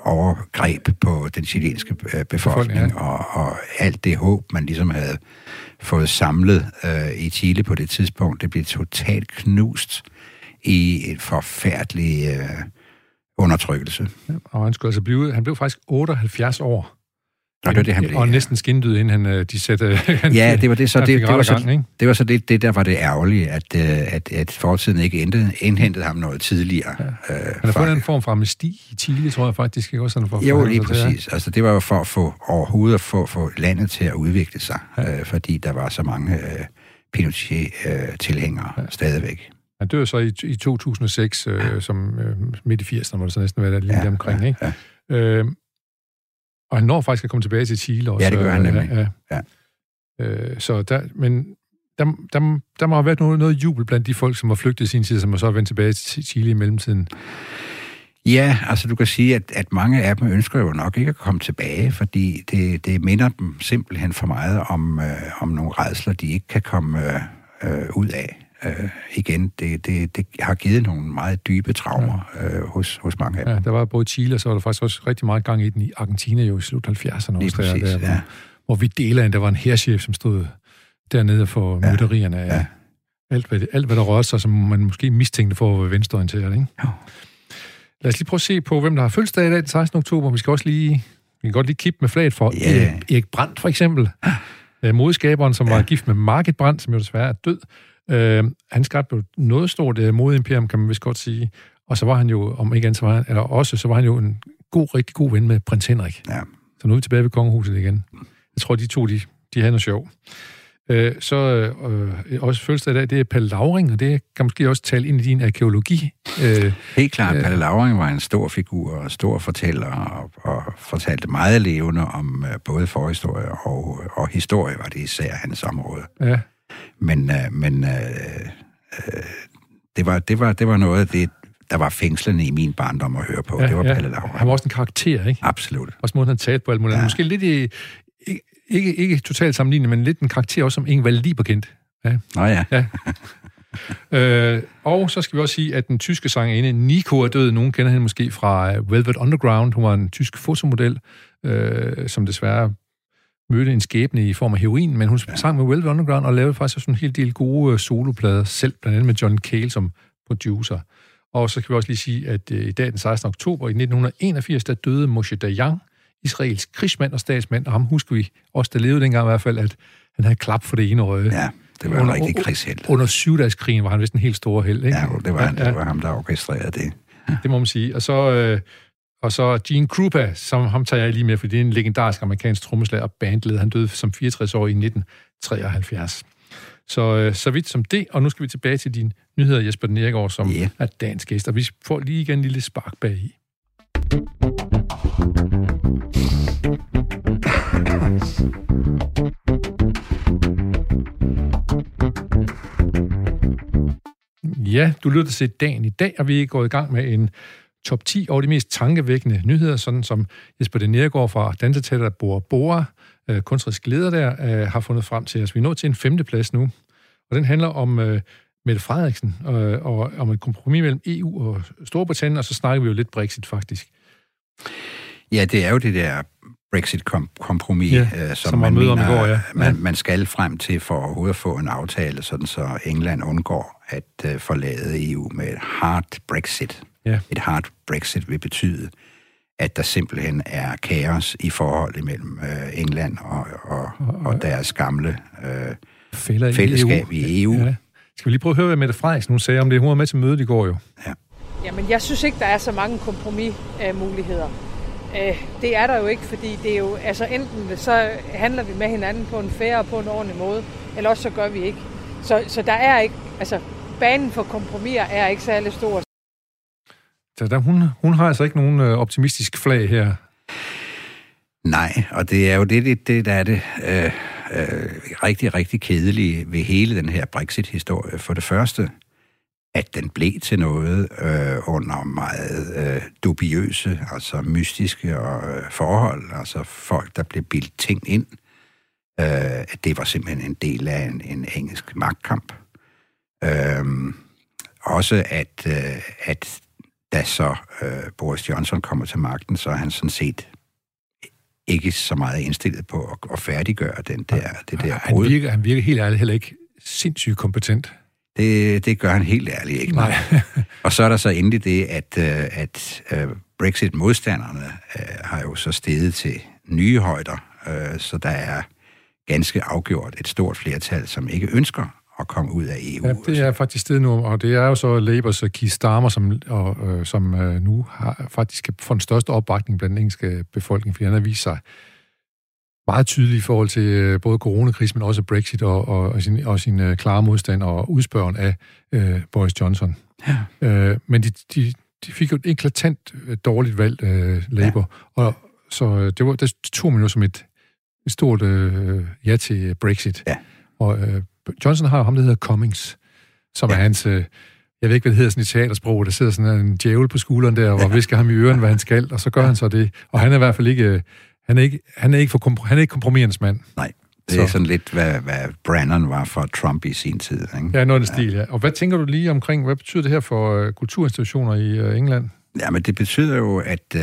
overgreb på den chilenske befolkning, og alt det håb, man ligesom havde fået samlet i Chile på det tidspunkt, det blev totalt knust i en forfærdelig undertrykkelse. Og han skulle altså han blev faktisk 78 år. Og det han blev, og næsten skindød, inden de satte... Ja, det var det så. Det var så det, der var det ærgerlige, at fortiden ikke indhentede ham noget tidligere. Ja. Han har fået en form for amnesti i Chile, tror jeg faktisk. Ikke? Også jo, lige præcis. Altså, det var jo for at få landet til at udvikle sig, fordi der var så mange Pinochet-tilhængere stadigvæk. Han dør så i 2006, som midt i 80'erne, må det så næsten være lige omkring, ikke? Ja. Og han når faktisk at komme tilbage til Chile også. Ja, det gør han nemlig. Ja. Så der må have været noget jubel blandt de folk, som var flygtet i sin tid, som så er vendt tilbage til Chile i mellemtiden. Ja, altså du kan sige, at mange af dem ønsker jo nok ikke at komme tilbage, fordi det minder dem simpelthen for meget om nogle rædsler, de ikke kan komme ud af. Igen, det har givet nogle meget dybe traumer hos mange af dem. Ja, der var både Chile, og så var der faktisk også rigtig meget gang i den i Argentina jo i slut 70'erne. Lige præcis, hvor Videla, der var en hærchef, som stod dernede for mytterierne af alt, hvad der rørte sig, som man måske mistænkte for at være venstreorienteret, ikke? Jo. Lad os lige prøve at se på, hvem der har fødselsdag i dag, den 16. oktober. Vi kan godt lige kippe med flaget for Erik Brandt, for eksempel. Modeskaberen, som var gift med Margit Brandt, som jo desværre er død. Han skabte jo noget stort modeimperium, kan man vist godt sige. Og så var han jo, om ikke andet, så var han jo en rigtig god ven med prins Henrik. Ja. Så nu er vi tilbage ved kongehuset igen. Jeg tror, de to, de havde noget sjov. Også fødselsdag i dag, det er Palle Lauring, og det kan måske også tale ind i din arkeologi. Helt klart, Palle Lauring var en stor figur og stor fortæller, og fortalte meget levende om både forhistorie og historie, var det især hans område. Ja. Men det var noget af det, der var fængslende i min barndom at høre på. Det var Palle Lauring. Han var også en karakter, ikke? Absolut. Også måden han talte på alt muligt. Måske lidt ikke totalt sammenlignende, men lidt en karakter også som Ingvald Lieberkendt. Ja. Nå ja. Og så skal vi også sige, at den tyske sangerinde Nico er død. Nogen kender hende måske fra Velvet Underground. Hun var en tysk fotomodel, som desværre mødte en skæbne i form af heroin, men hun sang med Velvet Underground og lavede faktisk også en hel del gode soloplader selv, blandt andet med John Cale som producer. Og så kan vi også lige sige, at i dag den 16. oktober i 1981, der døde Moshe Dayan, israelsk krigsmand og statsmand, og ham husker vi også, der levede dengang i hvert fald, at han havde klap for det ene øje. Ja, det var en rigtig krigshelt. Under 7-dagskrigen var han vist en helt stor held, ikke? Ja, det var ham, der orkestrerede det. Ja. Det må man sige. Og så Gene Krupa, som ham tager jeg lige med, for det er en legendarisk amerikansk trommeslager og bandleder. Han døde som 64 år i 1973. Så vidt som det, og nu skal vi tilbage til dine nyheder, Jesper Neergaard, som er dagens gæst, og vi får lige igen en lille spark bag i. Ja, du lytter til dagen i dag, og vi er gået i gang med en top 10 over de mest tankevækkende nyheder, sådan som Jesper Neergaard fra Danseteatret Bora Bora, kunstnerisk leder der, har fundet frem til os. Vi er nået til en 5. plads nu, og den handler om Mette Frederiksen og om et kompromis mellem EU og Storbritannien, og så snakker vi jo lidt Brexit faktisk. Ja, det er jo det der Brexit-kompromis, som man mener, man skal frem til for overhovedet at få en aftale, sådan så England undgår at forlade EU med et hard Brexit. Ja. Et hard Brexit vil betyde, at der simpelthen er kaos i forholdet mellem England og deres gamle fællesskab i EU. Ja. Skal vi lige prøve at høre, hvad Mette Frederiksen sagde om det? Hun var med til mødet i går jo. Ja. Jamen, jeg synes ikke, der er så mange kompromismuligheder. Det er der jo ikke, fordi det er jo, altså enten så handler vi med hinanden på en fair og på en ordentlig måde, eller også så gør vi ikke. Så der er ikke, altså banen for kompromiser er ikke særlig stor. Så hun har altså ikke nogen optimistisk flag her. Nej, og det er jo det der er det rigtig, rigtig kedelige ved hele den her Brexit-historie. For det første, at den blev til noget under meget dubiøse, altså mystiske forhold, altså folk, der blev bildt ting ind. Det var simpelthen en del af en engelsk magtkamp. Også at da så Boris Johnson kommer til magten, så er han sådan set ikke så meget indstillet på at færdiggøre det der brud. Han virker helt ærligt heller ikke sindssygt kompetent. Det gør han helt ærligt ikke. Nej. Og så er der så endelig det, at Brexit-modstanderne har jo så steget til nye højder, så der er ganske afgjort et stort flertal, som ikke ønsker at komme ud af EU. Ja, det er faktisk stedet nu, og det er jo så Labours Keir Starmer, som nu har faktisk får den største opbakning blandt den engelske befolkning, fordi han har vist sig meget tydelig i forhold til både coronakrisen, men også Brexit og sin klare modstand og udspørgen af Boris Johnson. Ja. Men de fik jo et eklatant dårligt valg, Labour, og så det tog man jo som et stort ja til Brexit. Ja. Og Johnson har jo ham, der hedder Cummings, som er hans... jeg ved ikke, hvad det hedder sådan i teatersprog, der sidder sådan en djævel på skulderen der, og visker ham i øren, hvad han skal, og så gør han så det. Og han er i hvert fald ikke... Han er ikke kompromisens mand. Nej, det er sådan lidt, hvad Brennan var for Trump i sin tid. Ikke? Ja, noget af den stil, ja. Og hvad tænker du lige omkring, hvad betyder det her for kulturinstitutioner i England? Ja, men det betyder jo, at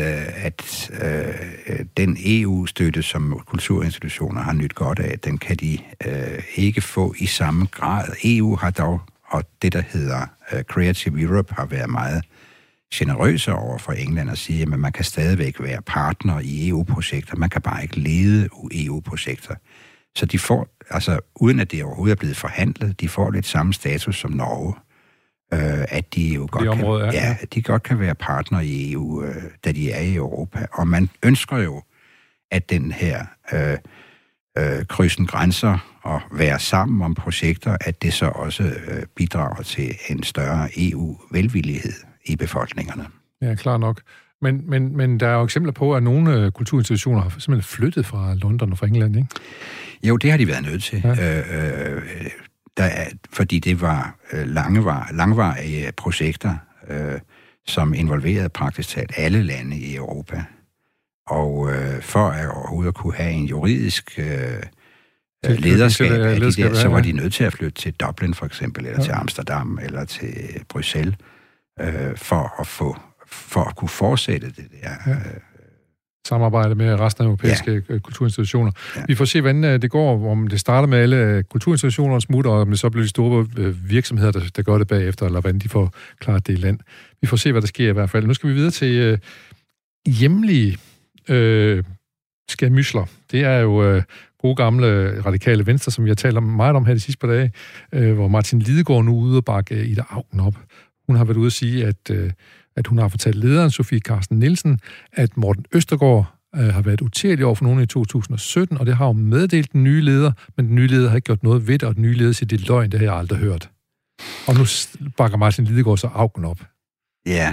den EU-støtte, som kulturinstitutioner har nyt godt af, den kan de ikke få i samme grad. EU har dog, og det der hedder Creative Europe, har været meget generøse over for England at sige, at man kan stadigvæk være partner i EU-projekter, man kan bare ikke lede EU-projekter. Så de får, altså uden at det overhovedet er blevet forhandlet, de får lidt samme status som Norge, at de jo godt kan være partner i EU, da de er i Europa. Og man ønsker jo, at den her krydsen grænser og være sammen om projekter, at det så også bidrager til en større EU-velvillighed i befolkningerne. Ja, klar nok. Men der er jo eksempler på, at nogle kulturinstitutioner har simpelthen flyttet fra London og fra England, ikke? Jo, det har de været nødt til. Ja. Fordi det var langvarige projekter, som involverede praktisk talt alle lande i Europa. Og for at overhovedet kunne have en juridisk lederskab af de der, så var de nødt til at flytte til Dublin for eksempel, eller til Amsterdam, eller til Bruxelles, for at kunne fortsætte det der samarbejde med resten af europæiske kulturinstitutioner. Ja. Vi får se, hvordan det går, om det starter med alle kulturinstitutioner smutter, og om det så bliver de store virksomheder, der gør det bagefter, eller hvordan de får klaret det i land. Vi får se, hvad der sker i hvert fald. Nu skal vi videre til hjemlige skærmysler. Det er jo gode gamle radikale Venstre, som vi har talt meget om her de sidste par dage, hvor Martin Lidegaard nu er ude og bakke Ida Auken op. Hun har været ude at sige, at hun har fortalt lederen, Sofie Carsten Nielsen, at Morten Østergaard har været utærlig over for nogen i 2017, og det har jo meddelt den nye leder, men den nye leder har ikke gjort noget ved det, og den nye leder siger, det er løgn, det har jeg aldrig hørt. Og nu bakker Martin Lidegaard så Auken op. Ja.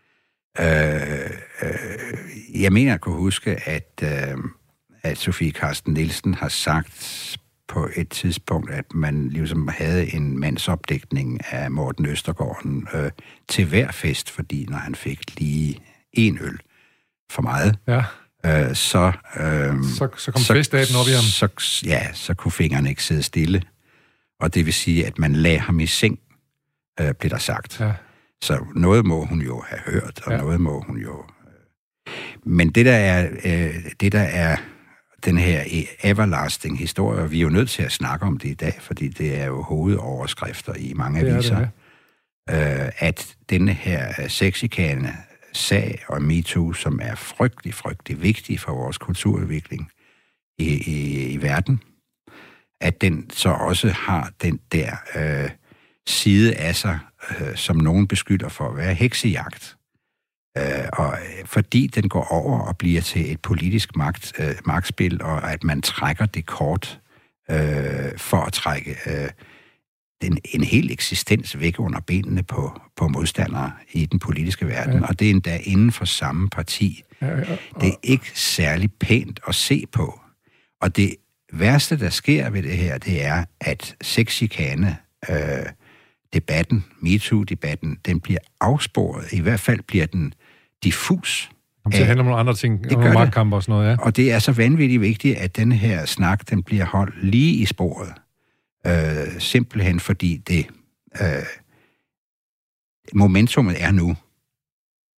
Jeg mener at kunne huske, at Sofie Carsten Nielsen har sagt på et tidspunkt, at man ligesom havde en mandsopdækning af Morten Østergaard til hver fest, fordi når han fik lige en øl for meget, så kom festdaten op i ham. Så kunne fingrene ikke sidde stille. Og det vil sige, at man lagde ham i seng, blev der sagt. Ja. Så noget må hun jo have hørt, og noget må hun jo... Men det der er den her everlasting historie, vi er jo nødt til at snakke om det i dag, fordi det er jo hovedoverskrifter i mange aviser, at denne her sexchikane sag og MeToo, som er frygtelig, frygtelig vigtig for vores kulturudvikling i verden, at den så også har den der side af sig, som nogen beskylder for at være heksejagt. Og fordi den går over og bliver til et politisk magtspil, og at man trækker det kort for at trække en hel eksistens væk under benene på modstandere i den politiske verden, og det er endda inden for samme parti. Det er ikke særlig pænt at se på. Og det værste, der sker ved det her, det er, at sexchikane debatten, MeToo-debatten, den bliver afsporet. I hvert fald bliver den diffus. Det handler om nogle andre ting, om magtkamp og sådan noget, ja. Og det er så vanvittigt vigtigt, at den her snak, den bliver holdt lige i sporet. Simpelthen fordi det momentumet er nu.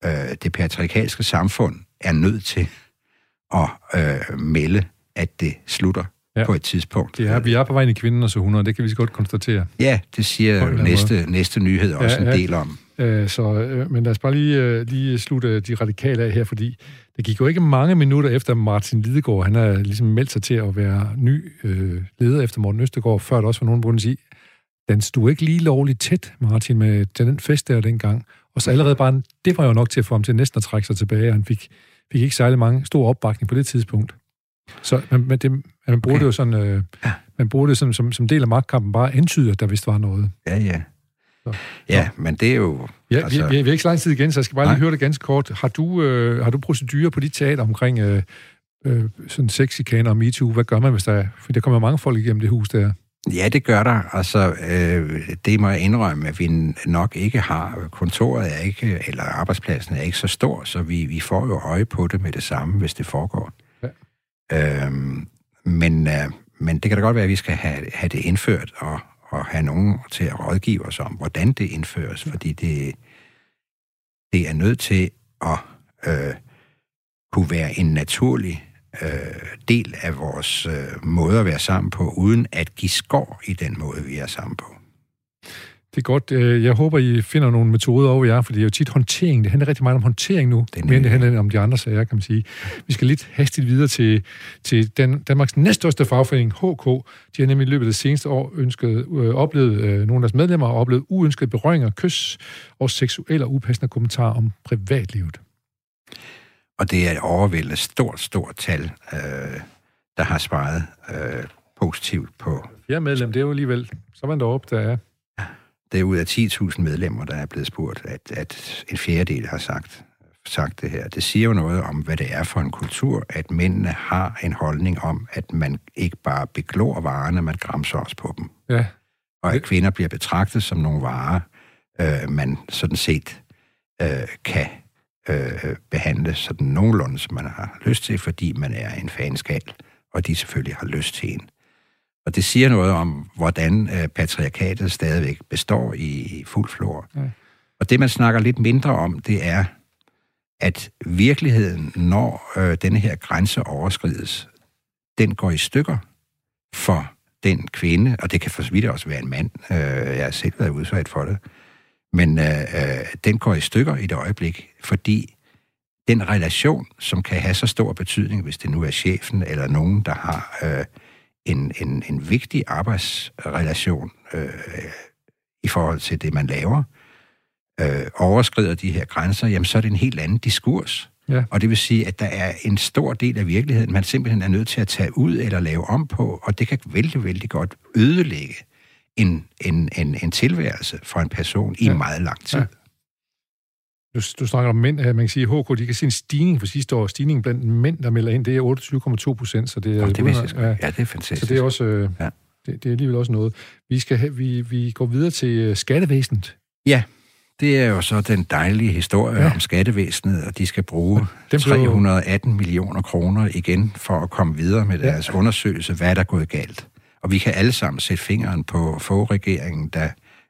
det patriarkalske samfund er nødt til at melde, at det slutter på et tidspunkt. Ja, vi er på vej ind i kvindernes århundrede, det kan vi så godt konstatere. Ja, det siger næste nyhed også en del om. Men lad os bare lige slutte de radikale af her, fordi det gik jo ikke mange minutter efter Martin Lidegaard, han har ligesom meldt sig til at være ny leder efter Morten Østergaard, før der også var nogen, der burde sige, dansede du ikke lige lovligt tæt, Martin, med den fest der dengang? Og så allerede bare, det var jo nok til at få ham til næsten at trække sig tilbage, og han fik ikke særlig mange stor opbakning på det tidspunkt. Så man bruger det jo sådan, man bruger det som del af magtkampen, bare antyder, at der vist var noget. Ja. Ja, men det er jo... Ja, altså... vi er ikke så lang tid igen, så jeg skal bare lige høre det ganske kort. Har du procedurer på dit teater omkring sådan sexchikane og MeToo? Hvad gør man, hvis der er... For der kommer mange folk igennem det hus der. Ja, det gør der. Altså, det må jeg indrømme, at vi nok ikke har. Kontoret er ikke, eller arbejdspladsen er ikke så stor, så vi får jo øje på det med det samme, hvis det foregår. Ja. Men det kan da godt være, at vi skal have det indført, og have nogen til at rådgive os om, hvordan det indføres, fordi det er nødt til at kunne være en naturlig del af vores måde at være sammen på, uden at give skår i den måde, vi er sammen på. Det er godt. Jeg håber, I finder nogle metoder over jer, for det er jo tit håndtering. Det handler rigtig meget om håndtering nu, men det handler om de andre sager, kan man sige. Vi skal lidt hastigt videre til Danmarks næststørste fagforening, HK. De har nemlig i løbet af det seneste år oplevet, nogle af deres medlemmer har oplevet uønskede berøringer, kys og seksuelle og upassende kommentarer om privatlivet. Og det er et overvældende stort tal, der har svaret positivt på... Ja, medlem, det er jo alligevel... Så var der op, der er... Det er ud af 10.000 medlemmer, der er blevet spurgt, at en fjerdedel har sagt det her. Det siger jo noget om, hvad det er for en kultur, at mændene har en holdning om, at man ikke bare beglor varerne, man gramser også på dem. Ja. Og at kvinder bliver betragtet som nogle varer, man sådan set kan behandle sådan nogenlunde, som man har lyst til, fordi man er en fanskal, og de selvfølgelig har lyst til en. Og det siger noget om, hvordan patriarkatet stadigvæk består i fuld flor. Ja. Og det, man snakker lidt mindre om, det er, at virkeligheden, når denne her grænse overskrides, den går i stykker for den kvinde, og det kan for så vidt også være en mand. Jeg har selv været udsat for det. Men den går i stykker i det øjeblik, fordi den relation, som kan have så stor betydning, hvis det nu er chefen eller nogen, der har... En vigtig arbejdsrelation i forhold til det, man laver, overskrider de her grænser, jamen så er det en helt anden diskurs. Ja. Og det vil sige, at der er en stor del af virkeligheden, man simpelthen er nødt til at tage ud eller lave om på, og det kan vældig godt ødelægge en tilværelse for en person i meget lang tid. Ja. Du snakker om mænd, man kan sige, at HK, de kan se en stigning for sidste år. Stigningen blandt mænd, der melder ind, det er 28,2%, så det er... det er fantastisk. Så det er også... det er alligevel også noget. Vi går videre til skattevæsenet. Ja, det er jo så den dejlige historie om skattevæsenet, og de skal bruge 318 millioner kroner igen for at komme videre med deres undersøgelse, hvad der er gået galt. Og vi kan alle sammen sætte fingeren på regeringen, der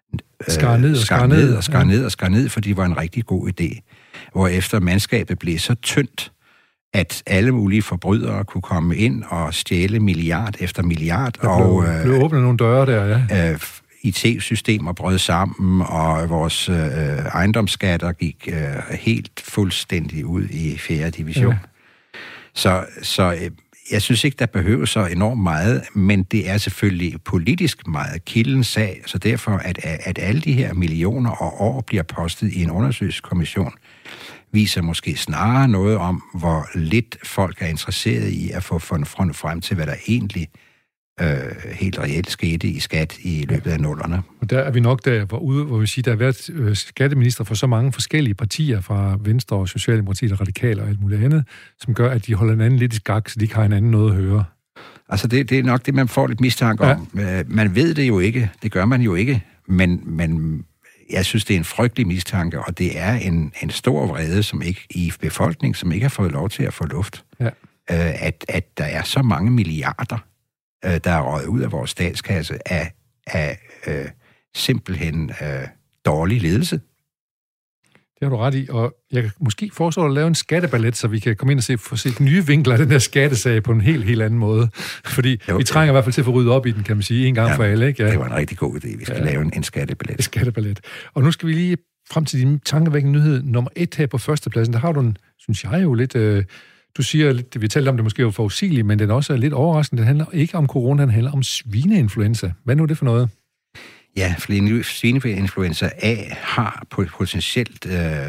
skar ned, fordi det var en rigtig god idé. Hvorefter mandskabet blev så tyndt, at alle mulige forbrydere kunne komme ind og stjæle milliard efter milliard. Der blev åbnet nogle døre der, ja. IT-systemer brød sammen, og vores ejendomsskatter gik helt fuldstændig ud i 4. division. Ja. Så jeg synes ikke, der behøver så enormt meget, men det er selvfølgelig politisk meget kildens sag, så derfor, at alle de her millioner og år bliver postet i en undersøgelseskommission, viser måske snarere noget om, hvor lidt folk er interesseret i at få fundet frem til, hvad der egentlig helt reelt skete i skat i løbet af 00'erne. Og der er vi nok der, hvor vi siger, der har været skatteminister for så mange forskellige partier fra Venstre og Socialdemokratiet og Radikale og alt muligt andet, som gør, at de holder hinanden lidt i skak, så de ikke har hinanden noget at høre. Altså det er nok det, man får lidt mistanke om. Man ved det jo ikke, det gør man jo ikke, men jeg synes, det er en frygtelig mistanke, og det er en stor vrede som ikke i befolkningen, som ikke har fået lov til at få luft. Ja. At der er så mange milliarder, der er røget ud af vores statskasse af simpelthen dårlig ledelse. Det har du ret i, og jeg kan måske foreslå at lave en skatteballet, så vi kan komme ind og få set nye vinkler af den der skattesag på en helt anden måde. Fordi vi trænger i hvert fald til at få ryddet op i den, kan man sige, en gang for alle. Ikke? Ja, det var en rigtig god idé. Vi skal lave en skatteballet. En skatteballet. Og nu skal vi lige frem til din tankevækkende nyhed nummer 1 her på førstepladsen. Der har du en, synes jeg jo lidt... Du siger lidt, vi talte om det måske jo forudsigeligt, men den også er lidt overraskende. Den handler ikke om corona, den handler om svineinfluenza. Hvad nu er det for noget? Ja, for svineinfluenza A har potentielt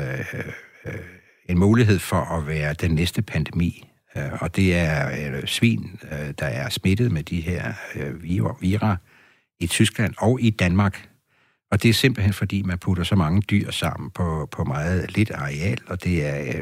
en mulighed for at være den næste pandemi. Og det er svin, der er smittet med de her virer i Tyskland og i Danmark. Og det er simpelthen fordi, man putter så mange dyr sammen på meget lidt areal, og det er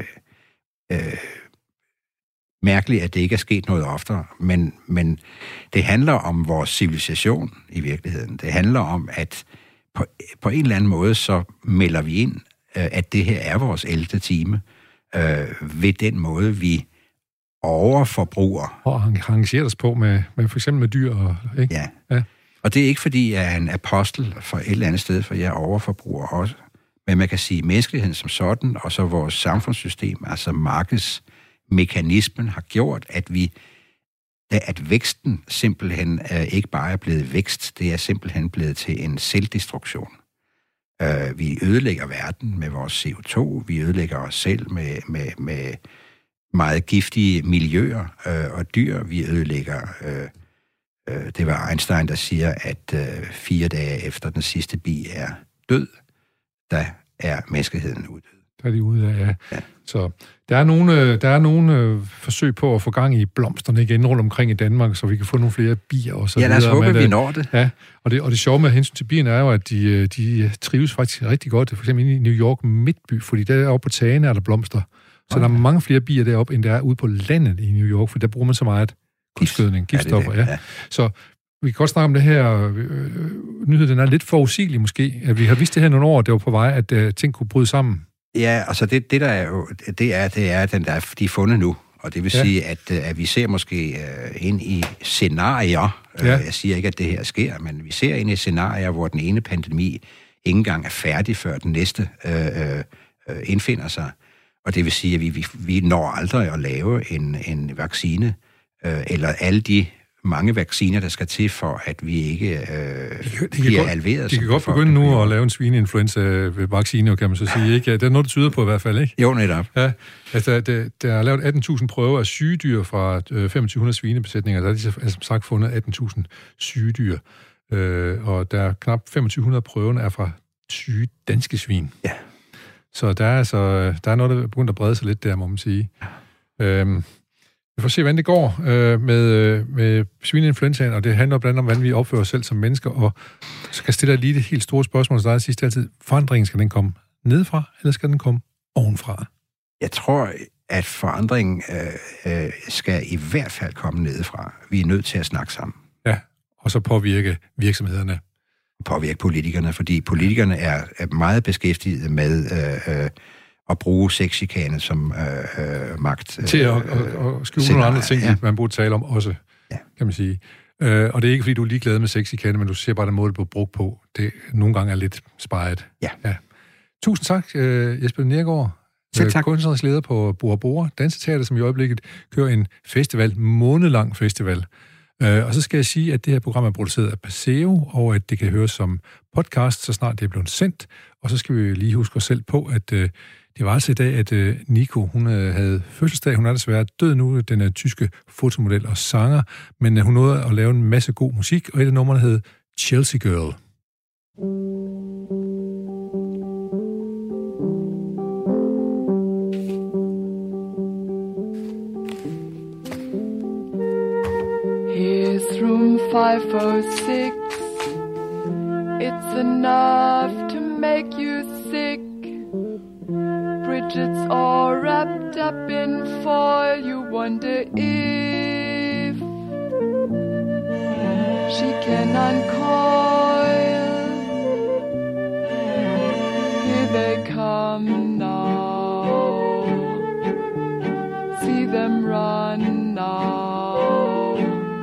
mærkeligt, at det ikke er sket noget oftere. Men det handler om vores civilisation i virkeligheden. Det handler om, at på en eller anden måde, så melder vi ind, at det her er vores 11. time, ved den måde, vi overforbruger. Og arrangerer os på med for eksempel med dyr. Ikke? Ja. Og det er ikke, fordi jeg er en apostel for et eller andet sted, for jeg overforbruger også. Men man kan sige, at menneskeheden som sådan, og så vores samfundssystem, altså markedsmekanismen, har gjort, at væksten simpelthen ikke bare er blevet vækst, det er simpelthen blevet til en selvdestruktion. Vi ødelægger verden med vores CO2, vi ødelægger os selv med meget giftige miljøer og dyr, vi ødelægger... Det var Einstein, der siger, at 4 dage efter den sidste bi er død, der er menneskeheden uddød. Der er de ude af, ja. Så der er nogle forsøg på at få gang i blomsterne igen rundt omkring i Danmark, så vi kan få nogle flere bier og så videre. Ja, lad os håbe, vi når det. Ja, og det sjove med hensyn til bierne er jo, at de trives faktisk rigtig godt, for eksempel i New York midtby, fordi deroppe på tagene er der blomster. Så der er mange flere bier deroppe, end der er ude på landet i New York, for der bruger man så meget giftstoffer. Ja. Så vi kan godt snakke om det her nyhed, den er lidt forudsigelig måske. At vi har vidst det her nogle år, det var på vej, at ting kunne bryde sammen. Ja, altså det der er jo, det er den der, de er fundet nu. Og det vil sige, at vi ser måske ind i scenarier. Jeg siger ikke, at det her sker, men vi ser ind i scenarier, hvor den ene pandemi ikke engang er færdig, før den næste indfinder sig. Og det vil sige, at vi når aldrig at lave en vaccine, eller alle de mange vacciner, der skal til, for at vi ikke bliver halveret. De kan godt begynde nu at lave en svineinfluenza-vaccine, kan man så sige. Ikke? Det er noget, der tyder på i hvert fald, ikke? Jo, netop. Ja, altså, der er lavet 18.000 prøver af sygedyr fra 2.500 svinebesætninger. Der er som sagt fundet 18.000 sygedyr. Og der er knap 2.500 prøverne er fra syge danske svin. Ja. Så der er noget, der er begyndt at brede sig lidt der, må man sige. Vi får se, hvordan det går med svineinfluenzaen, og det handler blandt andet om, hvordan vi opfører os selv som mennesker, og så kan jeg stille dig lige det helt store spørgsmål til dig sidst altid. Forandringen, skal den komme nedefra, eller skal den komme ovenfra? Jeg tror, at forandringen skal i hvert fald komme nedefra. Vi er nødt til at snakke sammen. Ja, og så påvirke virksomhederne. Påvirke politikerne, fordi politikerne er meget beskæftiget med at bruge sexchikane som magt. Til at skjule nogle andre ting, man burde tale om også, kan man sige. Og det er ikke, fordi du er ligeglad med sexchikane, men du ser bare, den måde, det bliver brugt på. Det nogle gange er lidt sparet. Ja. Tusind tak, Jesper Nergård. Selv tak. Kunstnerisk leder på Bora Bora Danseteater, som i øjeblikket kører en festival, månedlang festival. Og så skal jeg sige, at det her program er produceret af Paseo, og at det kan høres som podcast, så snart det er blevet sendt. Og så skal vi lige huske os selv på, at det var altså i dag, at Nico, hun havde fødselsdag. Hun er desværre død nu, den er tyske fotomodel og sanger, men hun nåede at lave en masse god musik, og et af numrene hed Chelsea Girl. Here's room 506. It's enough to make you sick. Bridget's all wrapped up in foil. You wonder if she can uncoil. Here they come now. See them run now.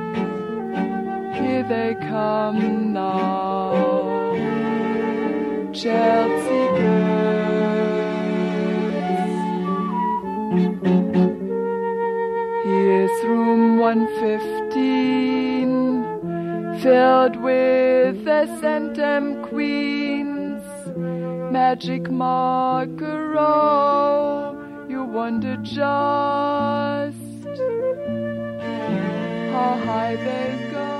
Here they come now. Chelsea girl. room 115, filled with the Centum Queens. Magic Margaro, you wonder just how high they go.